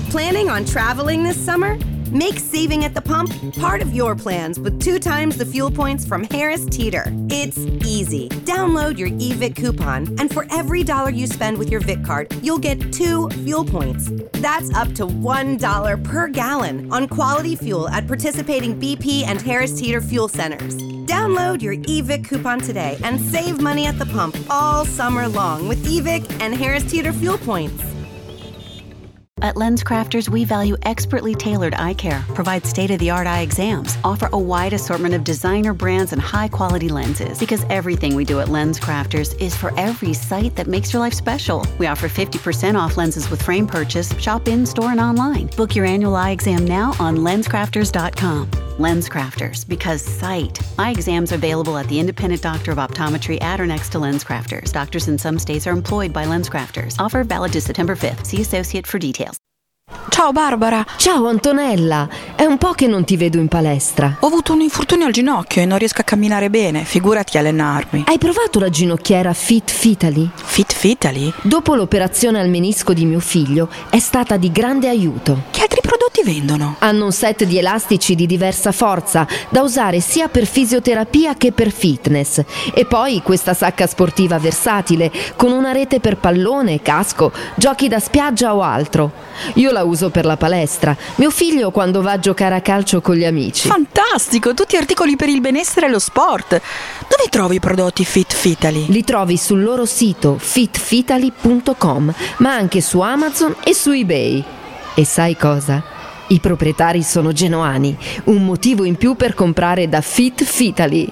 Planning on traveling this summer? Make saving at the pump part of your plans with 2 times the fuel points from Harris Teeter. It's easy. Download your eVic coupon, and for every $1 you spend with your Vic card, you'll get 2 fuel points. That's up to $1 per gallon on quality fuel at participating BP and Harris Teeter fuel centers. Download your eVic coupon today and save money at the pump all summer long with eVic and Harris Teeter fuel points. At LensCrafters, we value expertly tailored eye care, provide state-of-the-art eye exams, offer a wide assortment of designer brands and high-quality lenses. Because everything we do at LensCrafters is for every sight that makes your life special. We offer 50% off lenses with frame purchase, shop in-store and online. Book your annual eye exam now on LensCrafters.com. LensCrafters, because sight. Eye exams available at the independent doctor of optometry at or next to LensCrafters. Doctors in some states are employed by LensCrafters. Offer valid to September 5th. See associate for details. Ciao Barbara. Ciao Antonella, è un po' che non ti vedo in palestra. Ho avuto un infortunio al ginocchio e non riesco a camminare bene, figurati allenarmi. Hai provato la ginocchiera Fit Fitali? Fit Fitali? Dopo l'operazione al menisco di mio figlio è stata di grande aiuto. Che altri prodotti vendono? Hanno un set di elastici di diversa forza da usare sia per fisioterapia che per fitness. E poi questa sacca sportiva versatile con una rete per pallone, casco, giochi da spiaggia o altro. Io la uso per la palestra, mio figlio quando va a giocare a calcio con gli amici. Fantastico, tutti articoli per il benessere e lo sport. Dove trovi i prodotti Fit Fitali? Li trovi sul loro sito fitfitali.com, ma anche su Amazon e su eBay. E sai cosa? I proprietari sono genoani, un motivo in più per comprare da Fit Fitali.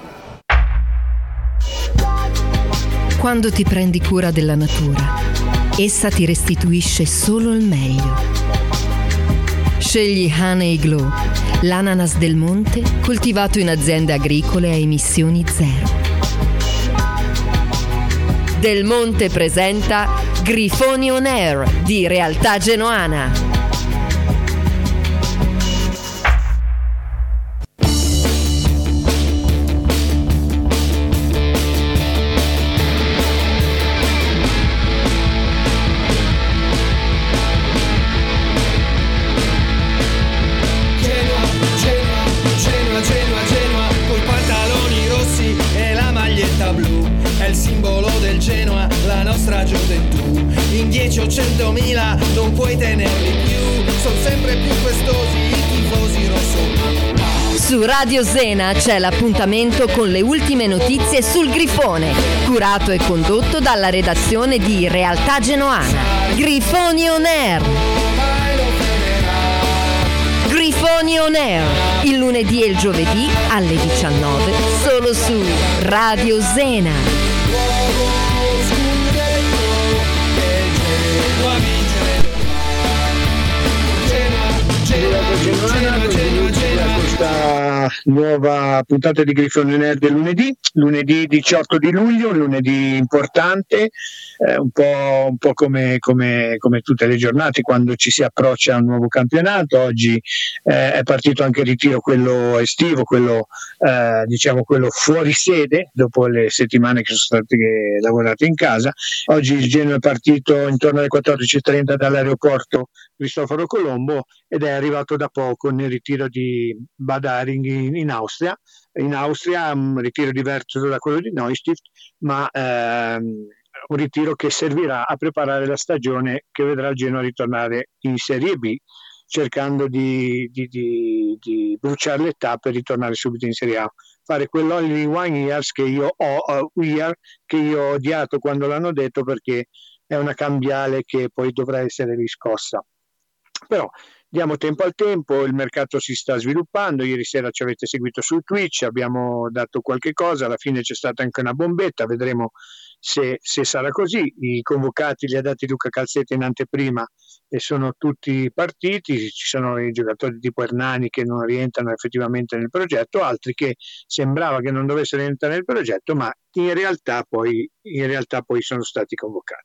Quando ti prendi cura della natura, essa ti restituisce solo il meglio. Scegli Honey Glow, l'ananas del monte coltivato in aziende agricole a emissioni zero. Del Monte presenta Grifoni On Air di Realtà Genoana. In 10 o 100.000 non puoi tenerli più, sono sempre più festosi i tifosi rosso. Su Radio Zena c'è l'appuntamento con le ultime notizie sul Grifone, curato e condotto dalla redazione di Realtà Genoana. Grifoni On Air. Grifoni On Air, il lunedì e il giovedì alle 19, solo su Radio Zena. Questa nuova puntata di Grifoni Nerd del lunedì 18 di luglio, un lunedì importante, un po' come tutte le giornate quando ci si approccia a un nuovo campionato. Oggi è partito anche il ritiro, quello estivo, quello fuori sede, dopo le settimane che sono state lavorate in casa. Oggi il Genoa è partito intorno alle 14.30 dall'aeroporto Cristoforo Colombo ed è arrivato da poco nel ritiro di Bad Haring in Austria. In Austria un ritiro diverso da quello di Neustift, ma un ritiro che servirà a preparare la stagione che vedrà il Genoa ritornare in Serie B, cercando di bruciare le tappe per ritornare subito in Serie A. Fare quell'only one years che io ho odiato quando l'hanno detto, perché è una cambiale che poi dovrà essere riscossa. Però diamo tempo al tempo, il mercato si sta sviluppando. Ieri sera ci avete seguito su Twitch, abbiamo dato qualche cosa, alla fine c'è stata anche una bombetta, vedremo se sarà così. I convocati li ha dati Luca Calzetta in anteprima e sono tutti partiti. Ci sono i giocatori tipo Hernani che non rientrano effettivamente nel progetto, altri che sembrava che non dovessero rientrare nel progetto, ma in realtà poi sono stati convocati.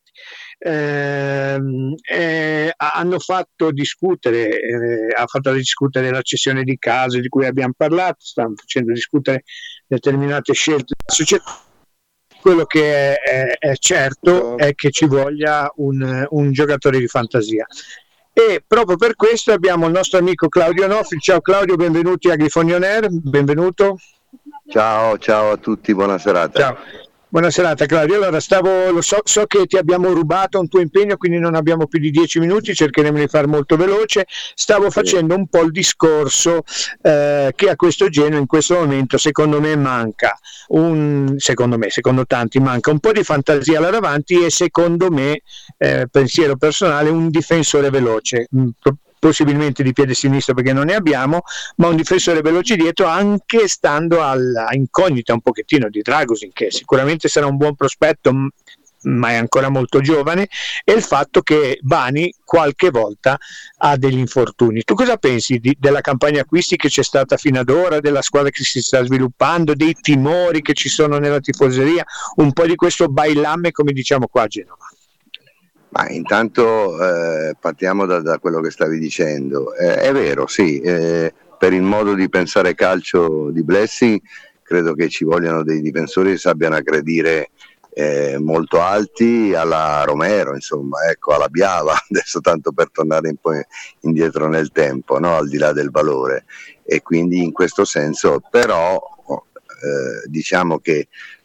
Hanno fatto discutere la cessione di case di cui abbiamo parlato, stanno facendo discutere determinate scelte della società. Quello che è certo è che ci voglia un giocatore di fantasia. e proprio per questo abbiamo il nostro amico Claudio Onofri. Ciao Claudio, benvenuti a Grifoni On Air, benvenuto. Ciao a tutti, buona serata. Ciao. Buona serata Claudio, allora so che ti abbiamo rubato un tuo impegno, quindi non abbiamo più di 10 minuti, cercheremo di fare molto veloce. Stavo facendo un po' il discorso che a questo genere in questo momento secondo me manca, secondo tanti manca un po' di fantasia là davanti e secondo me, pensiero personale, un difensore veloce, possibilmente di piede sinistro perché non ne abbiamo, ma un difensore veloce dietro, anche stando alla incognita un pochettino di Dragusin, che sicuramente sarà un buon prospetto ma è ancora molto giovane, e il fatto che Bani qualche volta ha degli infortuni. Tu cosa pensi della campagna acquisti che c'è stata fino ad ora, della squadra che si sta sviluppando, dei timori che ci sono nella tifoseria, un po' di questo bailamme come diciamo qua a Genova? Ma intanto partiamo da quello che stavi dicendo. È vero, sì, per il modo di pensare calcio di Blessing credo che ci vogliano dei difensori che sappiano aggredire molto alti, alla Romero, insomma, ecco, alla Biava, adesso tanto per tornare un po' indietro nel tempo, no? Al di là del valore, e quindi in questo senso però diciamo che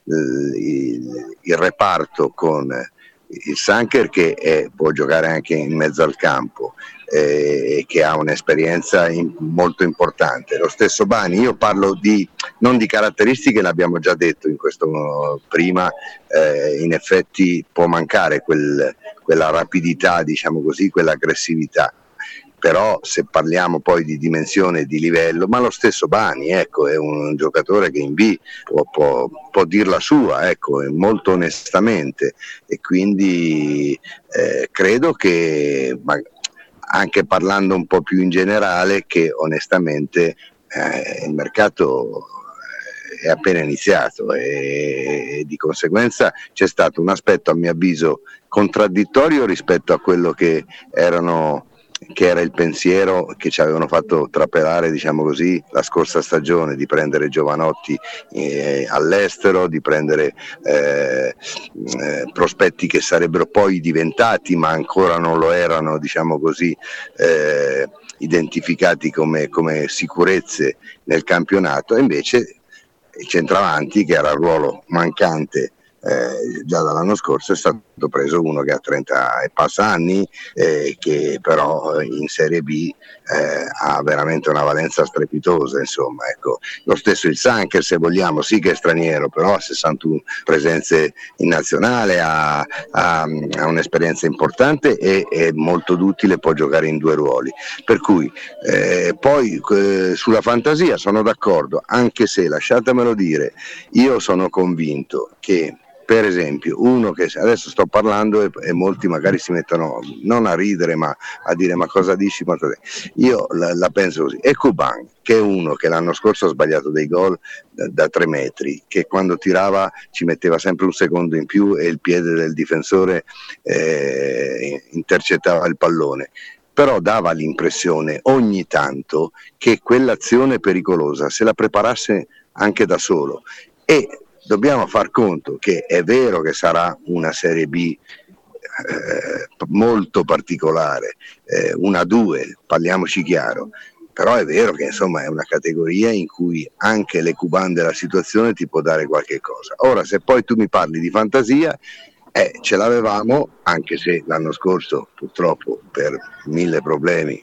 il reparto con il Sanker che può giocare anche in mezzo al campo e che ha un'esperienza molto importante. Lo stesso Bani, io parlo non di caratteristiche, l'abbiamo già detto in questo prima, in effetti può mancare quella rapidità, diciamo così, quell'aggressività. Però se parliamo poi di dimensione e di livello, ma lo stesso Bani, ecco, è un giocatore che in B può dir la sua, ecco, molto onestamente, e quindi credo che, anche parlando un po' più in generale, che onestamente il mercato è appena iniziato e di conseguenza c'è stato un aspetto, a mio avviso, contraddittorio rispetto a quello che era il pensiero che ci avevano fatto trapelare, diciamo così, la scorsa stagione, di prendere giovanotti all'estero, di prendere prospetti che sarebbero poi diventati, ma ancora non lo erano, diciamo così, identificati come sicurezze nel campionato, e invece il centravanti, che era il ruolo mancante già dall'anno scorso, è stato preso uno che ha 30 e passa anni, che però in Serie B ha veramente una valenza strepitosa, insomma, ecco. Lo stesso il Sanker, se vogliamo, sì che è straniero, però ha 61 presenze in nazionale, ha un'esperienza importante e è molto duttile, può giocare in due ruoli, per cui poi sulla fantasia sono d'accordo, anche se, lasciatemelo dire, io sono convinto che, per esempio, uno che adesso sto parlando e molti magari si mettono non a ridere ma a dire ma cosa dici, io la penso così, e Cuban, che è uno che l'anno scorso ha sbagliato dei gol da 3 metri, che quando tirava ci metteva sempre un secondo in più e il piede del difensore intercettava il pallone, però dava l'impressione ogni tanto che quell'azione pericolosa se la preparasse anche da solo. E dobbiamo far conto che è vero che sarà una Serie B molto particolare, 1-2, parliamoci chiaro, però è vero che insomma è una categoria in cui anche le Cuban della situazione ti può dare qualche cosa. Ora, se poi tu mi parli di fantasia, ce l'avevamo, anche se l'anno scorso purtroppo per 1000 problemi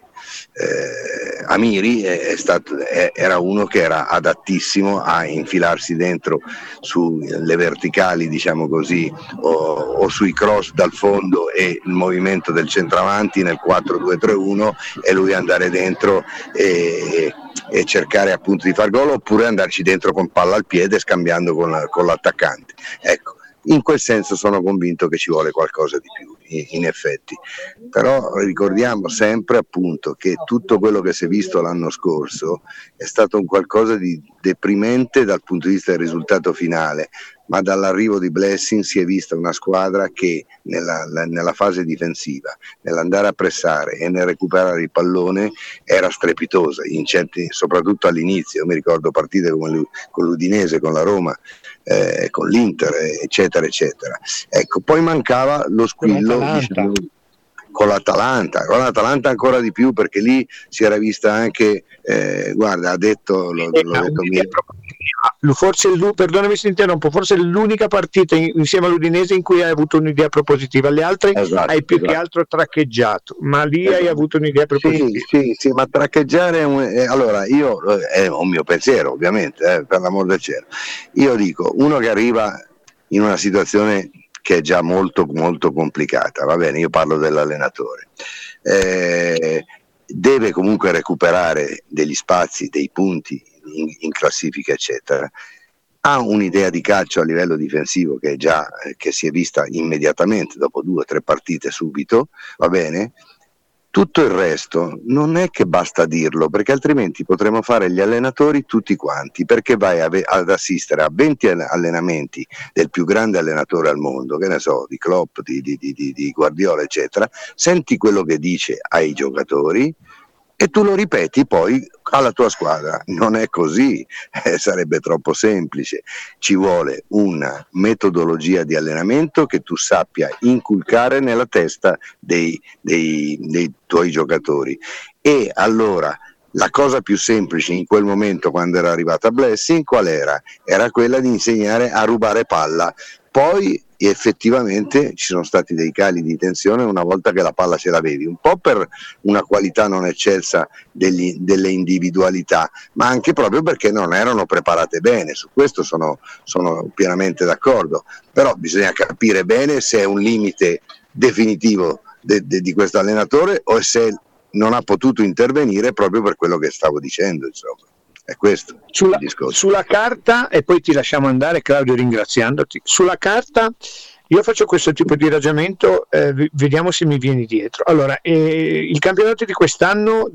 Amiri era uno che era adattissimo a infilarsi dentro sulle verticali, diciamo così, o sui cross dal fondo e il movimento del centravanti nel 4-2-3-1, e lui andare dentro e cercare appunto di far gol, oppure andarci dentro con palla al piede scambiando con l'attaccante. Ecco, in quel senso sono convinto che ci vuole qualcosa di più, in effetti, però ricordiamo sempre appunto che tutto quello che si è visto l'anno scorso è stato un qualcosa di deprimente dal punto di vista del risultato finale, ma dall'arrivo di Blessing si è vista una squadra che nella fase difensiva, nell'andare a pressare e nel recuperare il pallone era strepitosa, soprattutto all'inizio. Io mi ricordo partite come con l'Udinese, con la Roma, con l'Inter, eccetera eccetera. Ecco, poi mancava lo squillo, diciamo, con l'Atalanta ancora di più, perché lì si era vista anche, guarda, ha detto, l'ho detto forse perdonami se interrompo, forse è l'unica partita insieme all'Udinese in cui hai avuto un'idea propositiva, le altre hai più che altro traccheggiato, ma lì hai avuto un'idea propositiva. Sì, ma traccheggiare allora io è un mio pensiero, ovviamente, per l'amor del cielo. Io dico, uno che arriva in una situazione che è già molto molto complicata, va bene, io parlo dell'allenatore, deve comunque recuperare degli spazi, dei punti in classifica eccetera, ha un'idea di calcio a livello difensivo che si è vista immediatamente dopo 2 o 3 partite subito, va bene. Tutto il resto non è che basta dirlo, perché altrimenti potremo fare gli allenatori tutti quanti, perché vai ad assistere a 20 allenamenti del più grande allenatore al mondo, che ne so, di Klopp, di Guardiola eccetera, senti quello che dice ai giocatori e tu lo ripeti poi alla tua squadra. Non è così, sarebbe troppo semplice. Ci vuole una metodologia di allenamento che tu sappia inculcare nella testa dei tuoi giocatori. E allora la cosa più semplice in quel momento, quando era arrivata Blessing, qual era? Era quella di insegnare a rubare palla. Poi effettivamente ci sono stati dei cali di tensione una volta che la palla ce l'avevi, un po' per una qualità non eccelsa delle individualità, ma anche proprio perché non erano preparate bene. Su questo sono pienamente d'accordo, però bisogna capire bene se è un limite definitivo di questo allenatore o se non ha potuto intervenire proprio per quello che stavo dicendo, insomma. È questo il discorso. Sulla carta, e poi ti lasciamo andare, Claudio, ringraziandoti. Sulla carta io faccio questo tipo di ragionamento, vediamo se mi vieni dietro. Allora, il campionato di quest'anno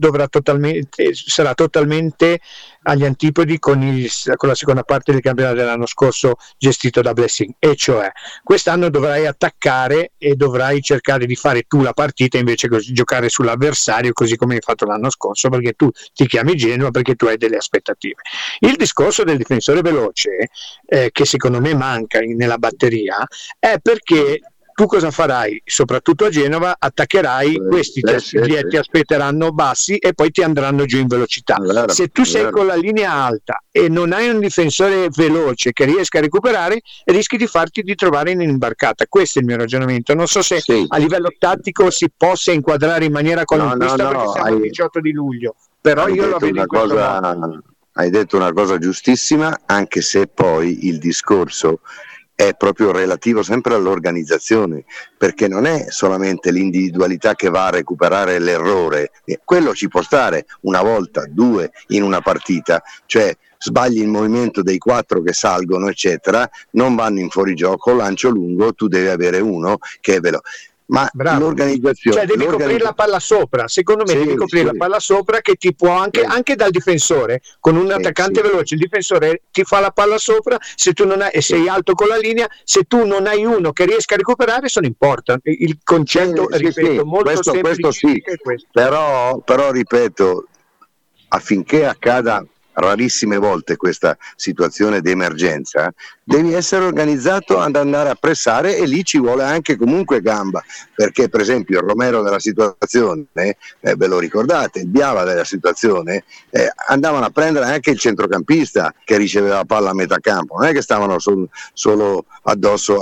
sarà totalmente agli antipodi con la seconda parte del campionato dell'anno scorso gestito da Blessing, e cioè quest'anno dovrai attaccare e dovrai cercare di fare tu la partita invece che giocare sull'avversario, così come hai fatto l'anno scorso, perché tu ti chiami Genoa, perché tu hai delle aspettative. Il discorso del difensore veloce, che secondo me manca nella batteria, è perché tu cosa farai? Soprattutto a Genova attaccherai, questi ti aspetteranno bassi e poi ti andranno giù in velocità. Se tu sei con la linea alta e non hai un difensore veloce che riesca a recuperare, rischi di trovare in imbarcata. Questo è il mio ragionamento. Non so se a livello tattico si possa inquadrare in maniera qualunquista, perché siamo il 18 di luglio, però io lo vedo in questo modo. Hai detto una cosa giustissima, anche se poi il discorso è proprio relativo sempre all'organizzazione, perché non è solamente l'individualità che va a recuperare l'errore, quello ci può stare una volta, 2 in una partita, cioè sbagli il movimento dei 4 che salgono eccetera, non vanno in fuorigioco, lancio lungo, tu devi avere uno che è veloce. Ma l'organizzazione, cioè devi coprire la palla sopra, secondo me devi coprire la palla sopra, che ti può anche dal difensore, con un attaccante veloce, il difensore ti fa la palla sopra, se tu non hai, e sei alto con la linea, se tu non hai uno che riesca a recuperare sono importanti. Il concetto, ripeto, molto semplice, questo. Però ripeto, affinché accada rarissime volte questa situazione di emergenza, devi essere organizzato ad andare a pressare, e lì ci vuole anche comunque gamba, perché per esempio il Romero della situazione, ve lo ricordate, il Biava della situazione, andavano a prendere anche il centrocampista che riceveva la palla a metà campo, non è che stavano solo addosso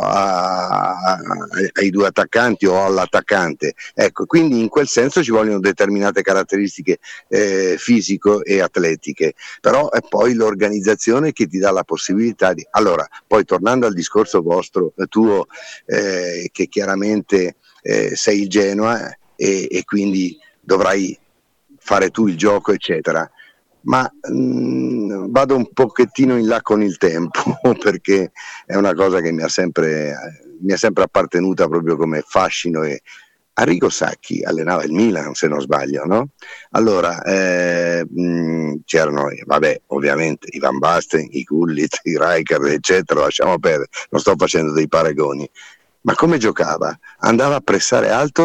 ai 2 attaccanti o all'attaccante, ecco, quindi in quel senso ci vogliono determinate caratteristiche fisico e atletiche, però è poi l'organizzazione che ti dà la possibilità di... Allora, poi tornando al discorso tuo, che chiaramente sei il Genoa e quindi dovrai fare tu il gioco eccetera, ma vado un pochettino in là con il tempo perché è una cosa che mi è sempre appartenuta proprio come fascino. E Arrigo Sacchi allenava il Milan, se non sbaglio, no? Allora c'erano, ovviamente i Van Basten, i Gullit, i Rijkaard eccetera, lasciamo perdere, non sto facendo dei paragoni, ma come giocava? Andava a pressare alto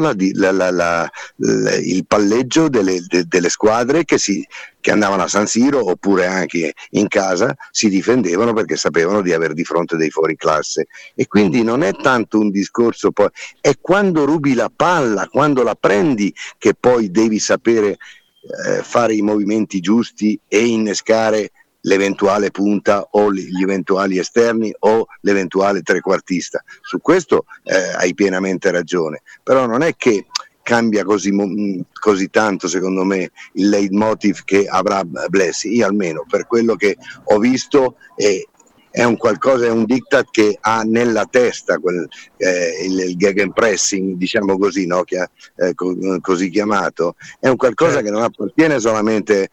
il palleggio delle squadre che andavano a San Siro, oppure anche in casa si difendevano perché sapevano di avere di fronte dei fuoriclasse. E quindi non è tanto un discorso, poi è quando rubi la palla, quando la prendi, che poi devi sapere fare i movimenti giusti e innescare l'eventuale punta o gli eventuali esterni o l'eventuale trequartista. Su questo hai pienamente ragione, però non è che cambia così tanto, secondo me, il leitmotiv che avrà Blessi. Io almeno per quello che ho visto è un qualcosa, è un diktat che ha nella testa il gegenpressing, diciamo così, no? Che così chiamato, è un qualcosa che non appartiene solamente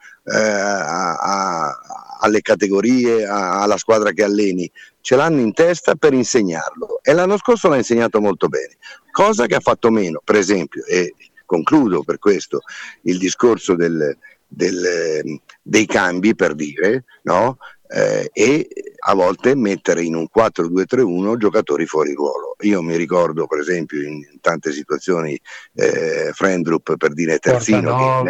alle categorie, alla squadra che alleni, ce l'hanno in testa per insegnarlo, e l'anno scorso l'ha insegnato molto bene, cosa che ha fatto meno, per esempio, e concludo per questo il discorso dei cambi, per dire, no? E a volte mettere in un 4-2-3-1 giocatori fuori ruolo. Io mi ricordo, per esempio, in tante situazioni Frendrup, per dire terzino,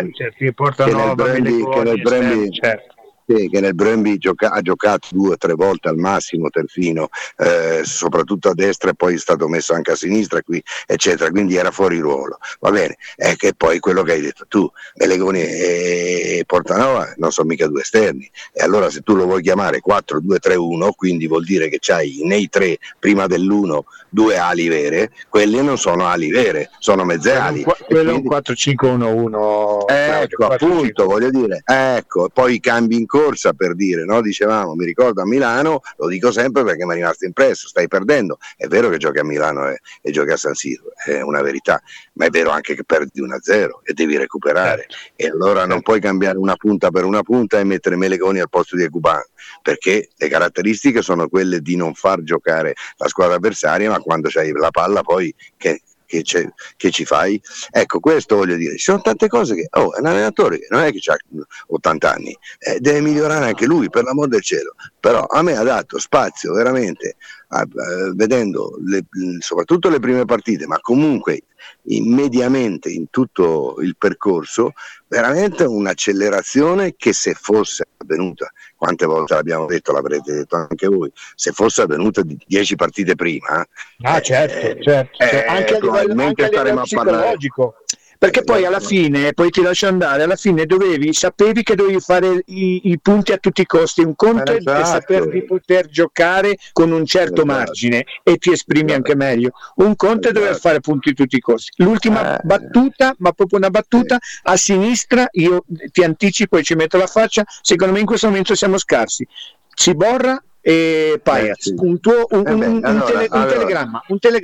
che nel Brøndby ha giocato 2 o 3 volte al massimo terzino, soprattutto a destra, e poi è stato messo anche a sinistra qui, eccetera, quindi era fuori ruolo. Va bene, è che poi quello che hai detto tu, Melegoni e Portanova non sono mica 2 esterni, e allora se tu lo vuoi chiamare 4-2-3-1, quindi vuol dire che c'hai nei 3 prima dell'1 2 ali vere, quelle non sono ali vere, sono mezze ali. Quello è un 4-5-1-1. Ecco, appunto, voglio dire, ecco, poi i cambi in corsa, per dire, no? Dicevamo, mi ricordo a Milano, lo dico sempre perché mi è rimasto impresso, stai perdendo, è vero che giochi a Milano e giochi a San Siro, è una verità, ma è vero anche che perdi 1-0 e devi recuperare, e allora non puoi cambiare una punta per una punta e mettere Melegoni al posto di Ekuban, perché le caratteristiche sono quelle di non far giocare la squadra avversaria, ma quando c'hai la palla poi che ci fai? Ecco, questo voglio dire, ci sono tante cose che è un allenatore che non è che ha 80 anni, deve migliorare anche lui, per l'amor del cielo, però a me ha dato spazio veramente, vedendo soprattutto le prime partite, ma comunque mediamente in tutto il percorso, veramente un'accelerazione che, se fosse avvenuta, quante volte l'abbiamo detto, l'avrete detto anche voi, se fosse avvenuta 10 partite prima, certo. Anche a livello psicologico, perché poi alla fine, poi ti lascio andare, alla fine sapevi che dovevi fare i punti a tutti i costi. Un conto è saper di poter giocare con un certo margine e ti esprimi anche meglio, un conto è dover fare punti a tutti i costi. L'ultima battuta, ma proprio una battuta, a sinistra, io ti anticipo e ci metto la faccia, secondo me in questo momento siamo scarsi. Ciborra e Paez, un telegramma.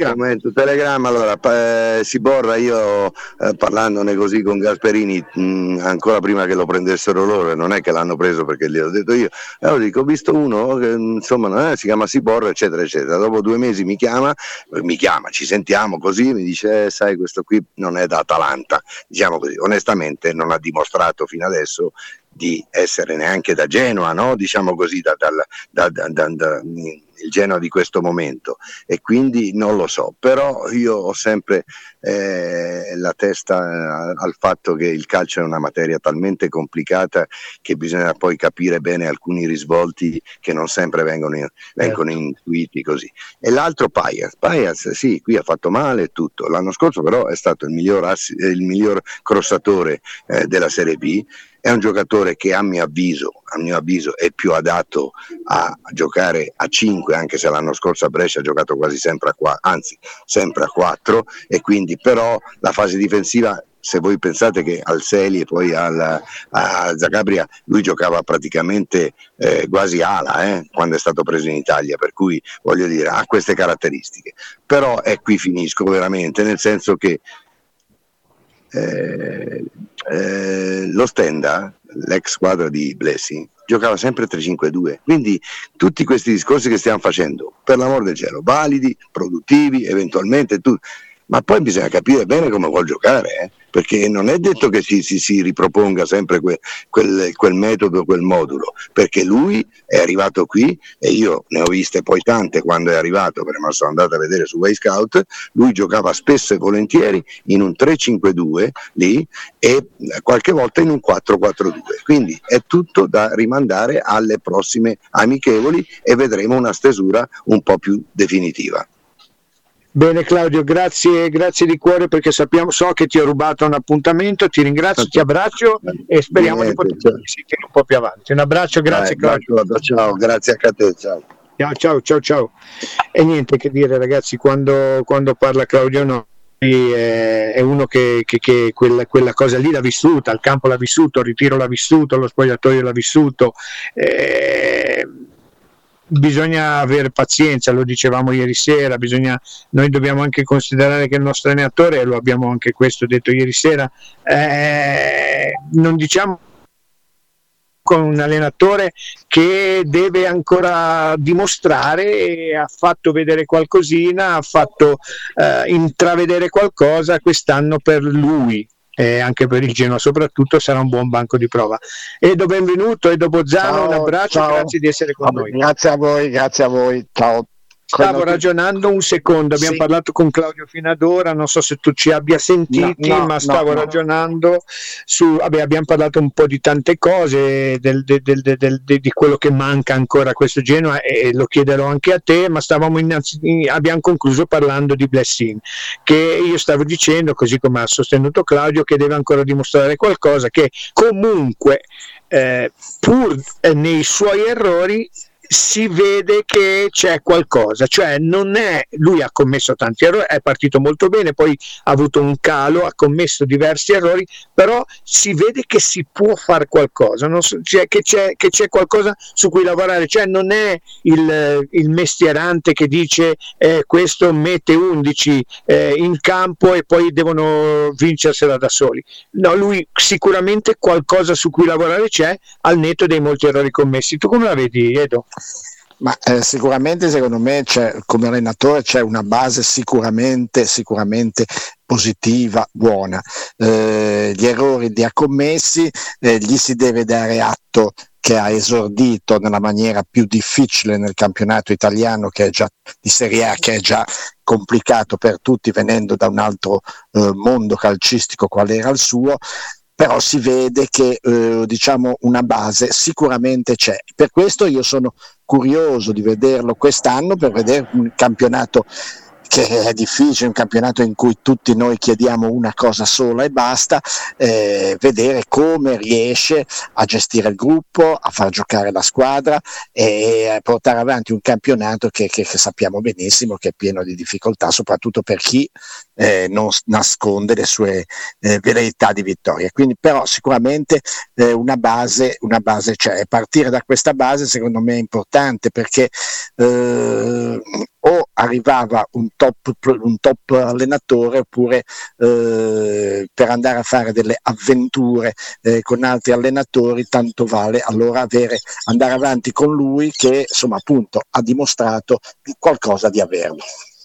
Allora, Ciborra, io parlandone così con Gasperini, ancora prima che lo prendessero loro, non è che l'hanno preso perché gliel'ho detto io, allora dico, ho visto uno che insomma si chiama Ciborra, eccetera eccetera, dopo 2 mesi mi chiama, ci sentiamo così, mi dice sai, questo qui non è da Atalanta, diciamo così, onestamente non ha dimostrato fino adesso di essere neanche da Genoa, no? Diciamo così, il Genoa di questo momento, e quindi non lo so, però io ho sempre la testa al fatto che il calcio è una materia talmente complicata che bisogna poi capire bene alcuni risvolti che non sempre vengono intuiti così. E l'altro Paez, sì, qui ha fatto male e tutto, l'anno scorso però è stato il miglior crossatore della Serie B. È un giocatore che a mio avviso è più adatto a giocare a 5, anche se l'anno scorso a Brescia ha giocato quasi sempre sempre a 4, e quindi però la fase difensiva, se voi pensate che al Seli e poi a Zagabria lui giocava praticamente quasi ala quando è stato preso in Italia, per cui voglio dire, ha queste caratteristiche, però qui finisco veramente, nel senso che lo Stenda, l'ex squadra di Blessing, giocava sempre 3-5-2, quindi tutti questi discorsi che stiamo facendo, per l'amor del cielo, validi, produttivi, eventualmente ma poi bisogna capire bene come vuol giocare, perché non è detto che si riproponga sempre quel metodo, quel modulo, perché lui è arrivato qui e io ne ho viste poi tante quando è arrivato, perché me lo sono andato a vedere su Way Scout. Lui giocava spesso e volentieri in un 3-5-2 lì e qualche volta in un 4-4-2, quindi è tutto da rimandare alle prossime amichevoli e vedremo una stesura un po' più definitiva. Bene Claudio, grazie di cuore, perché so che ti ho rubato un appuntamento, ti ringrazio, ti abbraccio e speriamo di poter sentire un po' più avanti. Un abbraccio, grazie Claudio. Ciao, grazie a te, ciao. E niente che dire ragazzi, quando parla Claudio è uno che quella cosa lì l'ha vissuta, il campo l'ha vissuto, il ritiro l'ha vissuto, lo spogliatoio l'ha vissuto. Bisogna avere pazienza, lo dicevamo ieri sera, noi dobbiamo anche considerare che il nostro allenatore, lo abbiamo anche questo detto ieri sera, non diciamo con un allenatore che deve ancora dimostrare, ha fatto vedere qualcosina, ha fatto intravedere qualcosa quest'anno per lui. Anche per il Genoa soprattutto sarà un buon banco di prova. Edo, benvenuto. Edo Bozzano, un abbraccio, grazie di essere con noi. Grazie a voi, ciao. Stavo ragionando un secondo, abbiamo parlato con Claudio fino ad ora, non so se tu ci abbia sentiti, ma stavo ragionando abbiamo parlato un po' di tante cose, di quello che manca ancora a questo Genoa, e lo chiederò anche a te, ma abbiamo concluso parlando di Blessing, che io stavo dicendo, così come ha sostenuto Claudio, che deve ancora dimostrare qualcosa, che comunque pur nei suoi errori si vede che c'è qualcosa, cioè lui ha commesso tanti errori, è partito molto bene, poi ha avuto un calo, ha commesso diversi errori, però si vede che si può fare qualcosa, che c'è qualcosa su cui lavorare, cioè non è il mestierante che dice questo mette 11 in campo e poi devono vincersela da soli. No, lui sicuramente qualcosa su cui lavorare c'è, al netto dei molti errori commessi. Tu come la vedi, Edo? Ma sicuramente secondo me come allenatore c'è una base sicuramente positiva, buona. Gli errori li ha commessi, gli si deve dare atto che ha esordito nella maniera più difficile nel campionato italiano, che è già di Serie A, che è già complicato per tutti, venendo da un altro mondo calcistico qual era il suo. Però si vede che una base sicuramente c'è. Per questo io sono curioso di vederlo quest'anno, per vedere un campionato che è difficile, un campionato in cui tutti noi chiediamo una cosa sola e basta, vedere come riesce a gestire il gruppo, a far giocare la squadra e a portare avanti un campionato che sappiamo benissimo che è pieno di difficoltà, soprattutto per chi non nasconde le sue veleità di vittoria. Quindi però sicuramente una base c'è, e partire da questa base secondo me è importante, perché o arrivava un top allenatore, oppure per andare a fare delle avventure con altri allenatori tanto vale allora andare avanti con lui, che insomma appunto ha dimostrato qualcosa di averlo.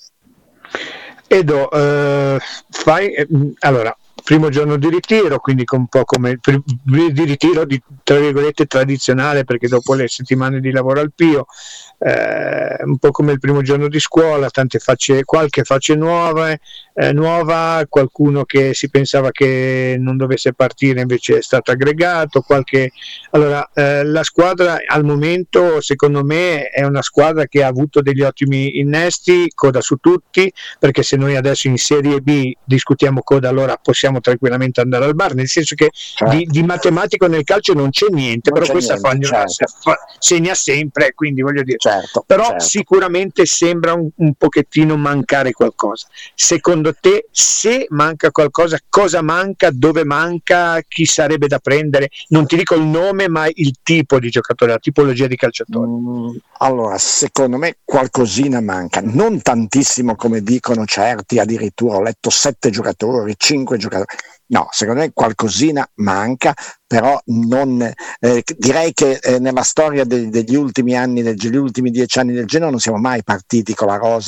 Edo, allora, primo giorno di ritiro, quindi un po' come di ritiro tra virgolette tradizionale, perché dopo le settimane di lavoro al Pio, un po' come il primo giorno di scuola, qualche faccia nuova, qualcuno che si pensava che non dovesse partire invece è stato aggregato, la squadra al momento secondo me è una squadra che ha avuto degli ottimi innesti, coda su tutti, perché se noi adesso in Serie B discutiamo coda, allora possiamo tranquillamente andare al bar, nel senso che di matematico nel calcio non c'è niente, però questa segna sempre, quindi voglio dire, però sicuramente sembra un pochettino mancare qualcosa. Secondo te, se manca qualcosa, cosa manca, dove manca, chi sarebbe da prendere? Non ti dico il nome, ma il tipo di giocatore, la tipologia di calciatore. Allora, secondo me qualcosina manca, non tantissimo come dicono certi, addirittura ho letto 7 giocatori, 5 giocatori. No, secondo me qualcosina manca, però non direi che nella storia degli ultimi anni, degli ultimi 10 anni del Genoa, non siamo mai partiti con la rosa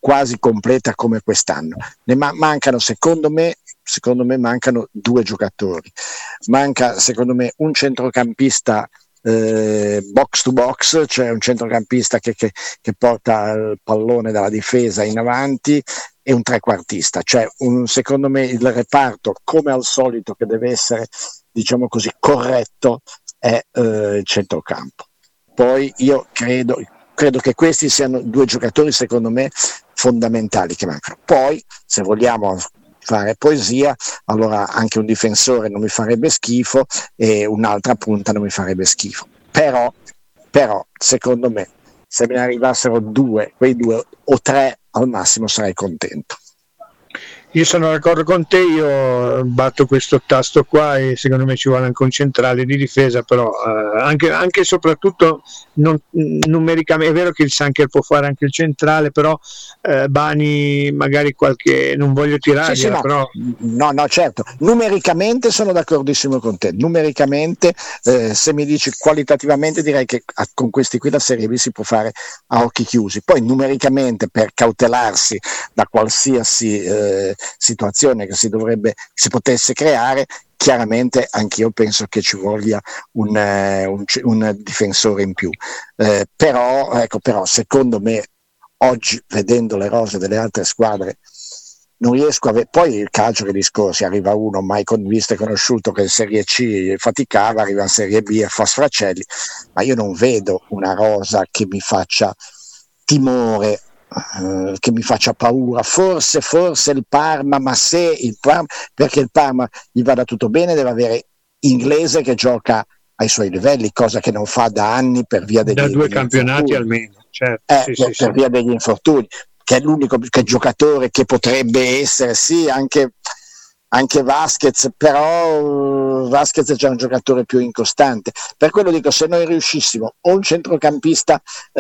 quasi completa come quest'anno. Ne mancano secondo me mancano 2 giocatori, manca secondo me un centrocampista box to box, cioè un centrocampista che porta il pallone dalla difesa in avanti, e un trequartista, cioè secondo me il reparto, come al solito, che deve essere, diciamo così, corretto, è il centrocampo. Poi io credo che questi siano 2 giocatori secondo me fondamentali che mancano. Poi, se vogliamo fare poesia, allora anche un difensore non mi farebbe schifo e un'altra punta non mi farebbe schifo, però secondo me se me ne arrivassero 2, quei 2 o 3 al massimo, sarei contento. Io sono d'accordo con te, io batto questo tasto qua e secondo me ci vuole anche un centrale di difesa, però anche e soprattutto numericamente. È vero che il Sancher può fare anche il centrale, però Bani magari qualche, non voglio tirare, sì, però no, certo, numericamente sono d'accordissimo con te, numericamente se mi dici qualitativamente direi che con questi qui la Serie B si può fare a occhi chiusi, poi numericamente per cautelarsi da qualsiasi situazione che si potesse creare, chiaramente anch'io penso che ci voglia un difensore in più, però secondo me oggi, vedendo le rose delle altre squadre, non riesco a poi il calcio che discorsi, arriva uno mai visto e conosciuto che in Serie C faticava, arriva in Serie B e fa sfracelli, ma io non vedo una rosa che mi faccia timore, che mi faccia paura. Forse il Parma, ma se il Parma, perché il Parma gli vada tutto bene, deve avere Inglese che gioca ai suoi livelli, cosa che non fa da anni per via degli da 2 campionati infortuni. Almeno, certo, per via degli infortuni, che è l'unico giocatore che potrebbe essere, sì, anche Vasquez, però Vasquez è già un giocatore più incostante. Per quello dico, se noi riuscissimo o un centrocampista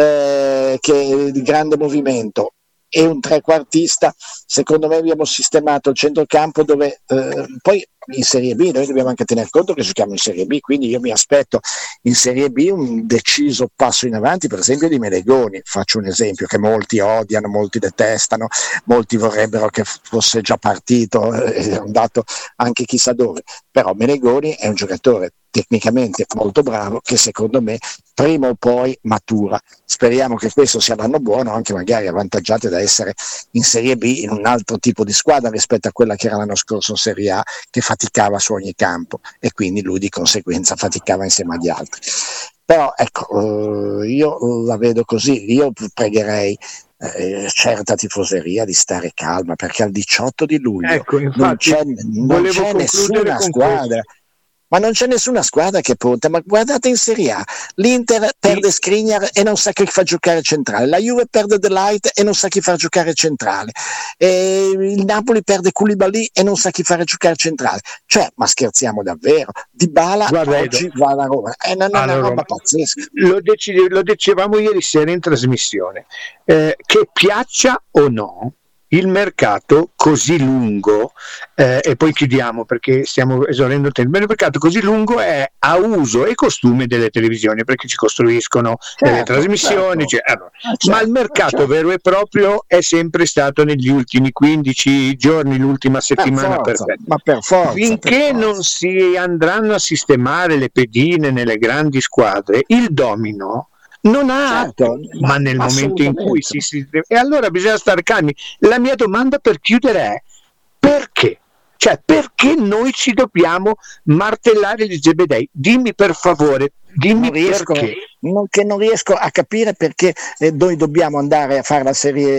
che di grande movimento e un trequartista, secondo me abbiamo sistemato il centrocampo, dove poi in Serie B noi dobbiamo anche tener conto che giochiamo in Serie B, quindi io mi aspetto in Serie B un deciso passo in avanti, per esempio di Melegoni, faccio un esempio che molti odiano, molti detestano, molti vorrebbero che fosse già partito e andato anche chissà dove, però Melegoni è un giocatore tecnicamente molto bravo che secondo me prima o poi matura. Speriamo che questo sia l'anno buono, anche magari avvantaggiati da essere in Serie B in un altro tipo di squadra rispetto a quella che era l'anno scorso in Serie A, che faticava su ogni campo e quindi lui di conseguenza faticava insieme agli altri. Però ecco, io la vedo così, io pregherei certa tifoseria di stare calma, perché al 18 di luglio non c'è nessuna squadra. Ma non c'è nessuna squadra che punta, ma guardate in Serie A, l'Inter perde Skriniar e non sa chi fa giocare centrale, la Juve perde De Ligt e non sa chi far giocare centrale, e il Napoli perde Koulibaly e non sa chi fare giocare centrale, cioè, ma scherziamo davvero? Dybala oggi va alla Roma, è una roba pazzesca. Lo dicevamo ieri sera in trasmissione, che piaccia o no, il mercato così lungo, e poi chiudiamo perché stiamo esaurendo il tempo, il mercato così lungo è a uso e costume delle televisioni, perché ci costruiscono delle trasmissioni, ma il mercato vero e proprio è sempre stato negli ultimi 15 giorni, l'ultima settimana perfetta. Ma per forza, finché non si andranno a sistemare le pedine nelle grandi squadre, il domino non ha, ma nel momento in cui e allora bisogna stare calmi. La mia domanda per chiudere è: perché? Cioè, perché noi ci dobbiamo martellare gli zebedei? Dimmi per favore, perché. Non riesco a capire perché noi dobbiamo andare a fare la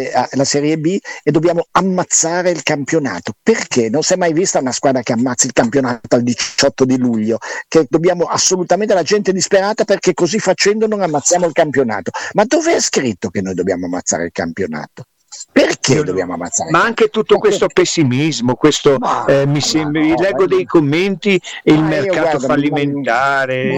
serie B e dobbiamo ammazzare il campionato. Perché? Non si è mai vista una squadra che ammazzi il campionato al 18 di luglio, che dobbiamo assolutamente, la gente è disperata perché così facendo non ammazziamo il campionato. Ma dove è scritto che noi dobbiamo ammazzare il campionato? Perché dobbiamo ammazzare? Ma anche tutto questo pessimismo, questo mi sembra, leggo dei commenti e il mercato fallimentare.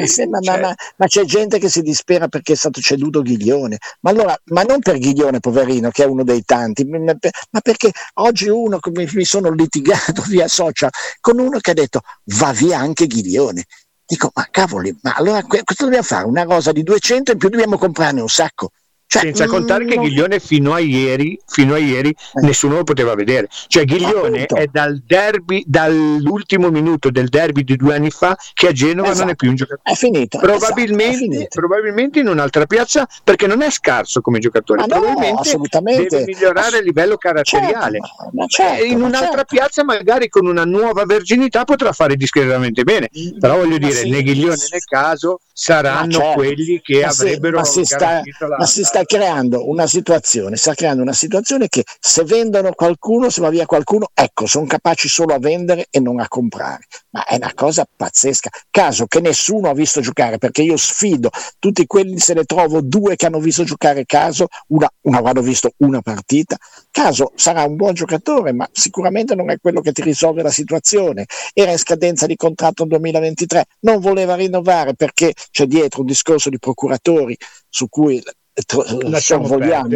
Ma c'è gente che si dispera perché è stato ceduto Ghiglione. Ma allora, ma non per Ghiglione, poverino, che è uno dei tanti, ma perché oggi uno, come mi sono litigato via social con uno che ha detto va via anche Ghiglione. Dico, ma cavoli, ma allora questo dobbiamo fare una rosa di 200 e in più dobbiamo comprarne un sacco. Senza contare che Ghiglione fino a ieri nessuno lo poteva vedere. Cioè Ghiglione è dall'ultimo minuto del derby di 2 anni fa che a Genova non è più un giocatore. È finito. Probabilmente in un'altra piazza, perché non è scarso come giocatore, probabilmente deve migliorare a livello caratteriale. In un'altra piazza magari con una nuova verginità potrà fare discretamente bene, però voglio dire, né Ghiglione né Caso saranno quelli che avrebbero garantito la... Si sta creando una situazione che se vendono qualcuno, se va via qualcuno, ecco, sono capaci solo a vendere e non a comprare. Ma è una cosa pazzesca. Caso che nessuno ha visto giocare, perché io sfido tutti quelli, se ne trovo 2 che hanno visto giocare Caso, una avranno visto una partita. Caso sarà un buon giocatore, ma sicuramente non è quello che ti risolve la situazione. Era in scadenza di contratto 2023, non voleva rinnovare perché c'è dietro un discorso di procuratori su cui sorvoliamo.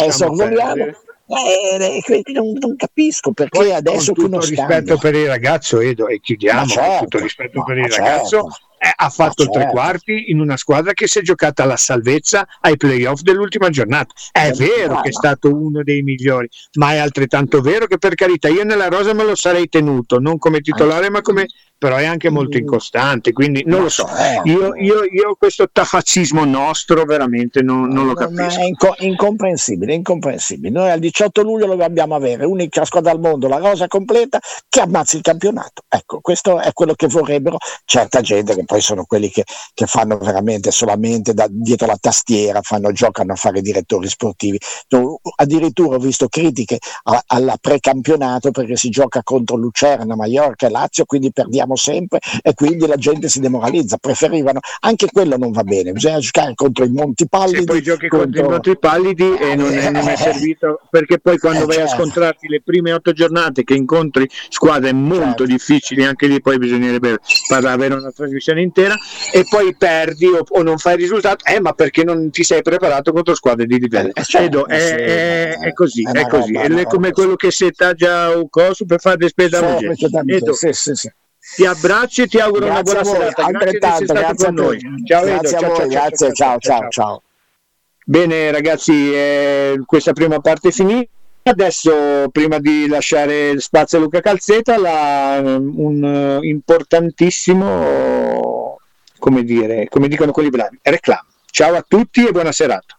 Non capisco perché adesso con tutto rispetto per il ragazzo, Edo, e chiudiamo, tutto rispetto per il ragazzo, ha fatto il 3/4 in una squadra che si è giocata alla salvezza ai playoff dell'ultima giornata. È vero che è stato uno dei migliori, ma è altrettanto vero che, per carità, io nella rosa me lo sarei tenuto, non come titolare ma come, però è anche molto incostante, quindi non lo so, io questo tafazzismo nostro veramente non lo capisco. È incomprensibile. Noi al 18 luglio lo dobbiamo avere, unica squadra al mondo, la rosa completa, che ammazzi il campionato. Ecco, questo è quello che vorrebbero certa gente, che poi sono quelli che fanno veramente solamente dietro la tastiera, giocano a fare direttori sportivi. Addirittura ho visto critiche alla precampionato perché si gioca contro Lucerna, Mallorca e Lazio, quindi perdiamo sempre e quindi la gente si demoralizza. Preferivano, anche quello non va bene, bisogna giocare contro i Montipallidi. Se poi giochi contro i Montipallidi e non è servito, perché poi quando vai a scontrarti le prime 8 giornate che incontri squadre molto difficili, anche lì poi bisognerebbe avere una trasmissione intera, e poi perdi o non fai il risultato, ma perché non ti sei preparato contro squadre di livello. È così, è come quello che setta già un coso per fare despedare. Ti abbraccio e ti auguro una buona serata. Grazie con noi. Ciao, grazie, ciao. Bene ragazzi, questa prima parte è finita. Adesso, prima di lasciare spazio a Luca Calzeta, un importantissimo, come dicono quelli bravi, reclamo. Ciao a tutti e buona serata.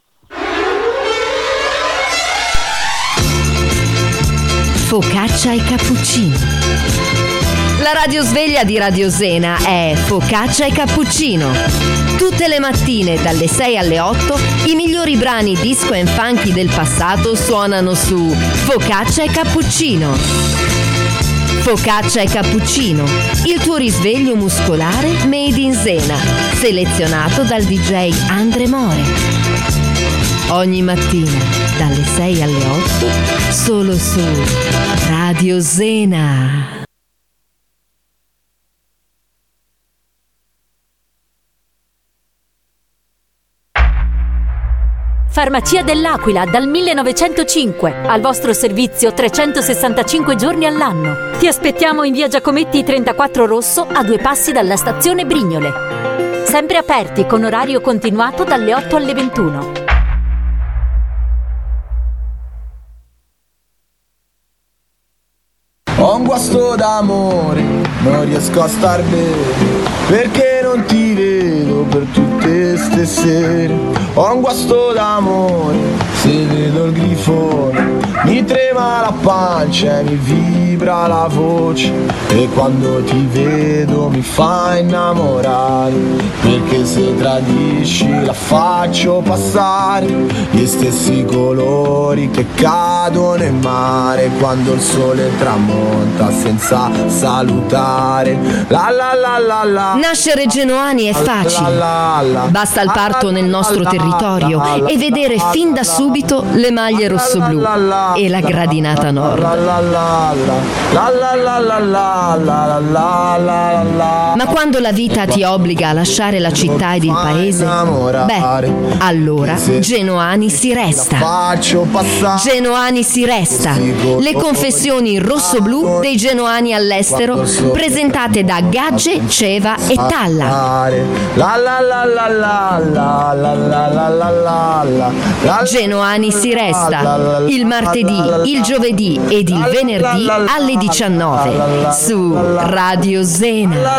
Focaccia e cappuccino. La radiosveglia di Radio Zena è Focaccia e Cappuccino. Tutte le mattine dalle 6 alle 8 i migliori brani disco e funky del passato suonano su Focaccia e Cappuccino. Focaccia e Cappuccino, il tuo risveglio muscolare made in Zena, selezionato dal DJ Andre More. Ogni mattina dalle 6 alle 8 solo su Radio Zena. Farmacia dell'Aquila dal 1905, al vostro servizio 365 giorni all'anno. Ti aspettiamo in via Giacometti 34 Rosso, a 2 passi dalla stazione Brignole. Sempre aperti con orario continuato dalle 8 alle 21. Ho un guasto d'amore, non riesco a star bene, perché non ti vedo per tutte ste sere. Ho un guasto d'amore, se vedo il grifone mi trema la pancia e mi vibra la voce, e quando ti vedo mi fa innamorare, perché se tradisci la faccio passare gli stessi colori che cadono in mare quando il sole tramonta senza salutare. La la la la la. Nascere genoani è facile, basta il parto nel nostro territorio e vedere fin da subito le maglie rossoblù e la gradinata nord. Ma quando la vita ti obbliga a lasciare la città ed il paese, allora Genoani si resta. Genoani si resta. Le confessioni rossoblù dei genoani all'estero, presentate da Gagge, Ceva e Talla. Genoani si resta il martedì, il giovedì ed il venerdì alle 19 su Radio Zena.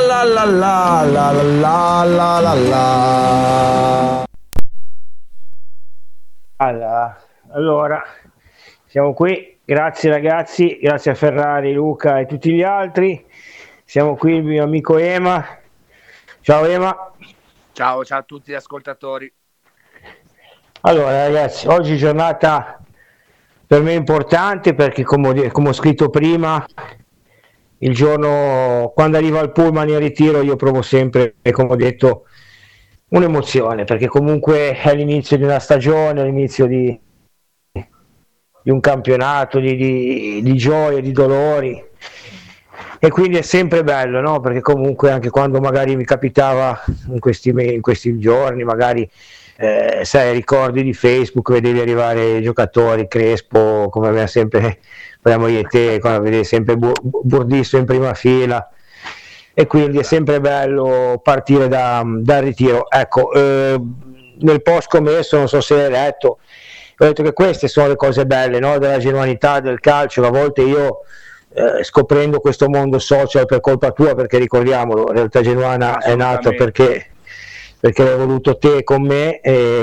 Allora, siamo qui, grazie ragazzi, grazie a Ferrari, Luca e tutti gli altri. Siamo qui, il mio amico Ema. Ciao Ema. Ciao a tutti gli ascoltatori. Allora ragazzi, oggi giornata per me importante perché come ho scritto prima, il giorno quando arriva il pullman in ritiro io provo sempre, come ho detto, un'emozione, perché comunque è l'inizio di una stagione, l'inizio di un campionato, di gioie, di dolori, e quindi è sempre bello, no? Perché comunque anche quando magari mi capitava in questi giorni, magari sai, ricordi di Facebook, vedevi arrivare i giocatori, Crespo, come abbiamo sempre, parliamo io e te, quando vedevi sempre Burdisso in prima fila, e quindi è sempre bello partire dal ritiro. Ecco, nel post commesso, non so se l'hai letto, ho detto che queste sono le cose belle, no? Della genuinità del calcio. A volte io scoprendo questo mondo social per colpa tua, perché ricordiamolo, Realtà Genuana è nata perché l'hai voluto te con me,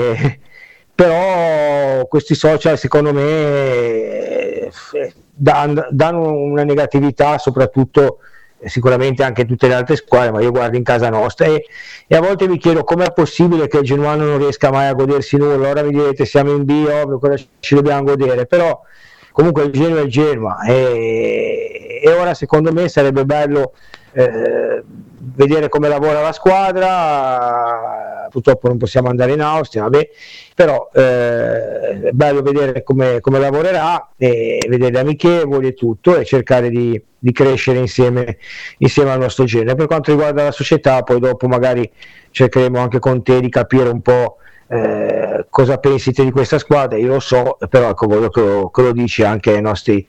però questi social secondo me danno una negatività, soprattutto sicuramente anche tutte le altre squadre, ma io guardo in casa nostra e a volte mi chiedo com'è possibile che il Genuano non riesca mai a godersi nulla. Ora mi direte siamo in B, ovvio, cosa ci dobbiamo godere, però comunque il Genoa è il Genoa, e ora secondo me sarebbe bello vedere come lavora la squadra. Purtroppo non possiamo andare in Austria, vabbè, però è bello vedere come lavorerà, e vedere le amichevoli e tutto, e cercare di crescere insieme al nostro genere. Per quanto riguarda la società, poi dopo magari cercheremo anche con te di capire un po' cosa pensi te di questa squadra. Io lo so, però ecco, voglio che lo dici anche ai nostri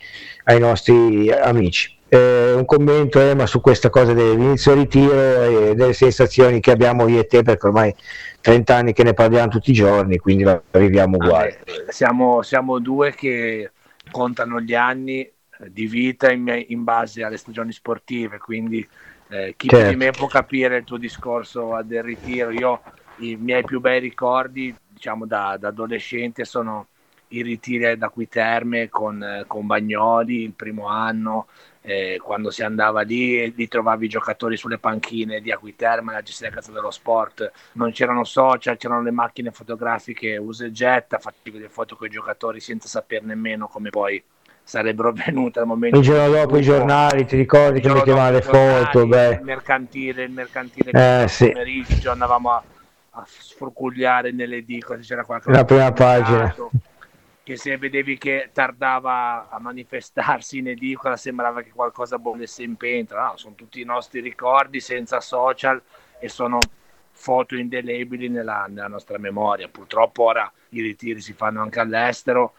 amici. Un commento ma su questa cosa dell'inizio ritiro e delle sensazioni che abbiamo io e te, perché ormai 30 anni che ne parliamo tutti i giorni, quindi la viviamo uguale. Siamo due che contano gli anni di vita in base alle stagioni sportive, quindi chi più di me può capire il tuo discorso del ritiro. Io i miei più bei ricordi, diciamo da adolescente, sono i ritiri ad Acquiterme con Bagnoli il primo anno, quando si andava lì trovavi i giocatori sulle panchine di Acquiterme, la gestione Casa dello Sport, non c'erano social, c'erano le macchine fotografiche usa e getta, facevi le foto con i giocatori senza sapere nemmeno come poi sarebbero venute al momento. Il giorno dopo i giornali, ti ricordi che mettevano le foto? Il mercantile sì. Pomeriggio andavamo a sfrucugliare nelle edicole, c'era qualche la prima pagina che se vedevi che tardava a manifestarsi in edicola sembrava che qualcosa bollesse in pentola. No, sono tutti i nostri ricordi senza social e sono foto indelebili nella nostra memoria. Purtroppo ora i ritiri si fanno anche all'estero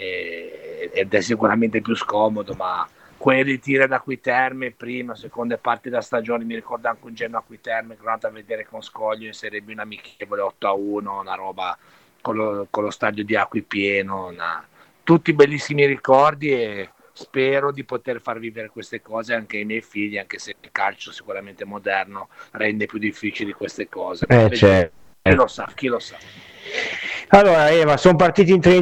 ed è sicuramente più scomodo, ma quei ritiri ad Acquiterme, prima, seconda e parte della stagione, mi ricordo anche un Genoa Acquiterme che sono andato a vedere con Scoglio in Serie B, un amichevole 8-1, una roba con lo stadio di Acqui pieno, tutti bellissimi ricordi, e spero di poter far vivere queste cose anche ai miei figli, anche se il calcio sicuramente moderno rende più difficili queste cose. Chi lo sa. Allora Eva, sono partiti in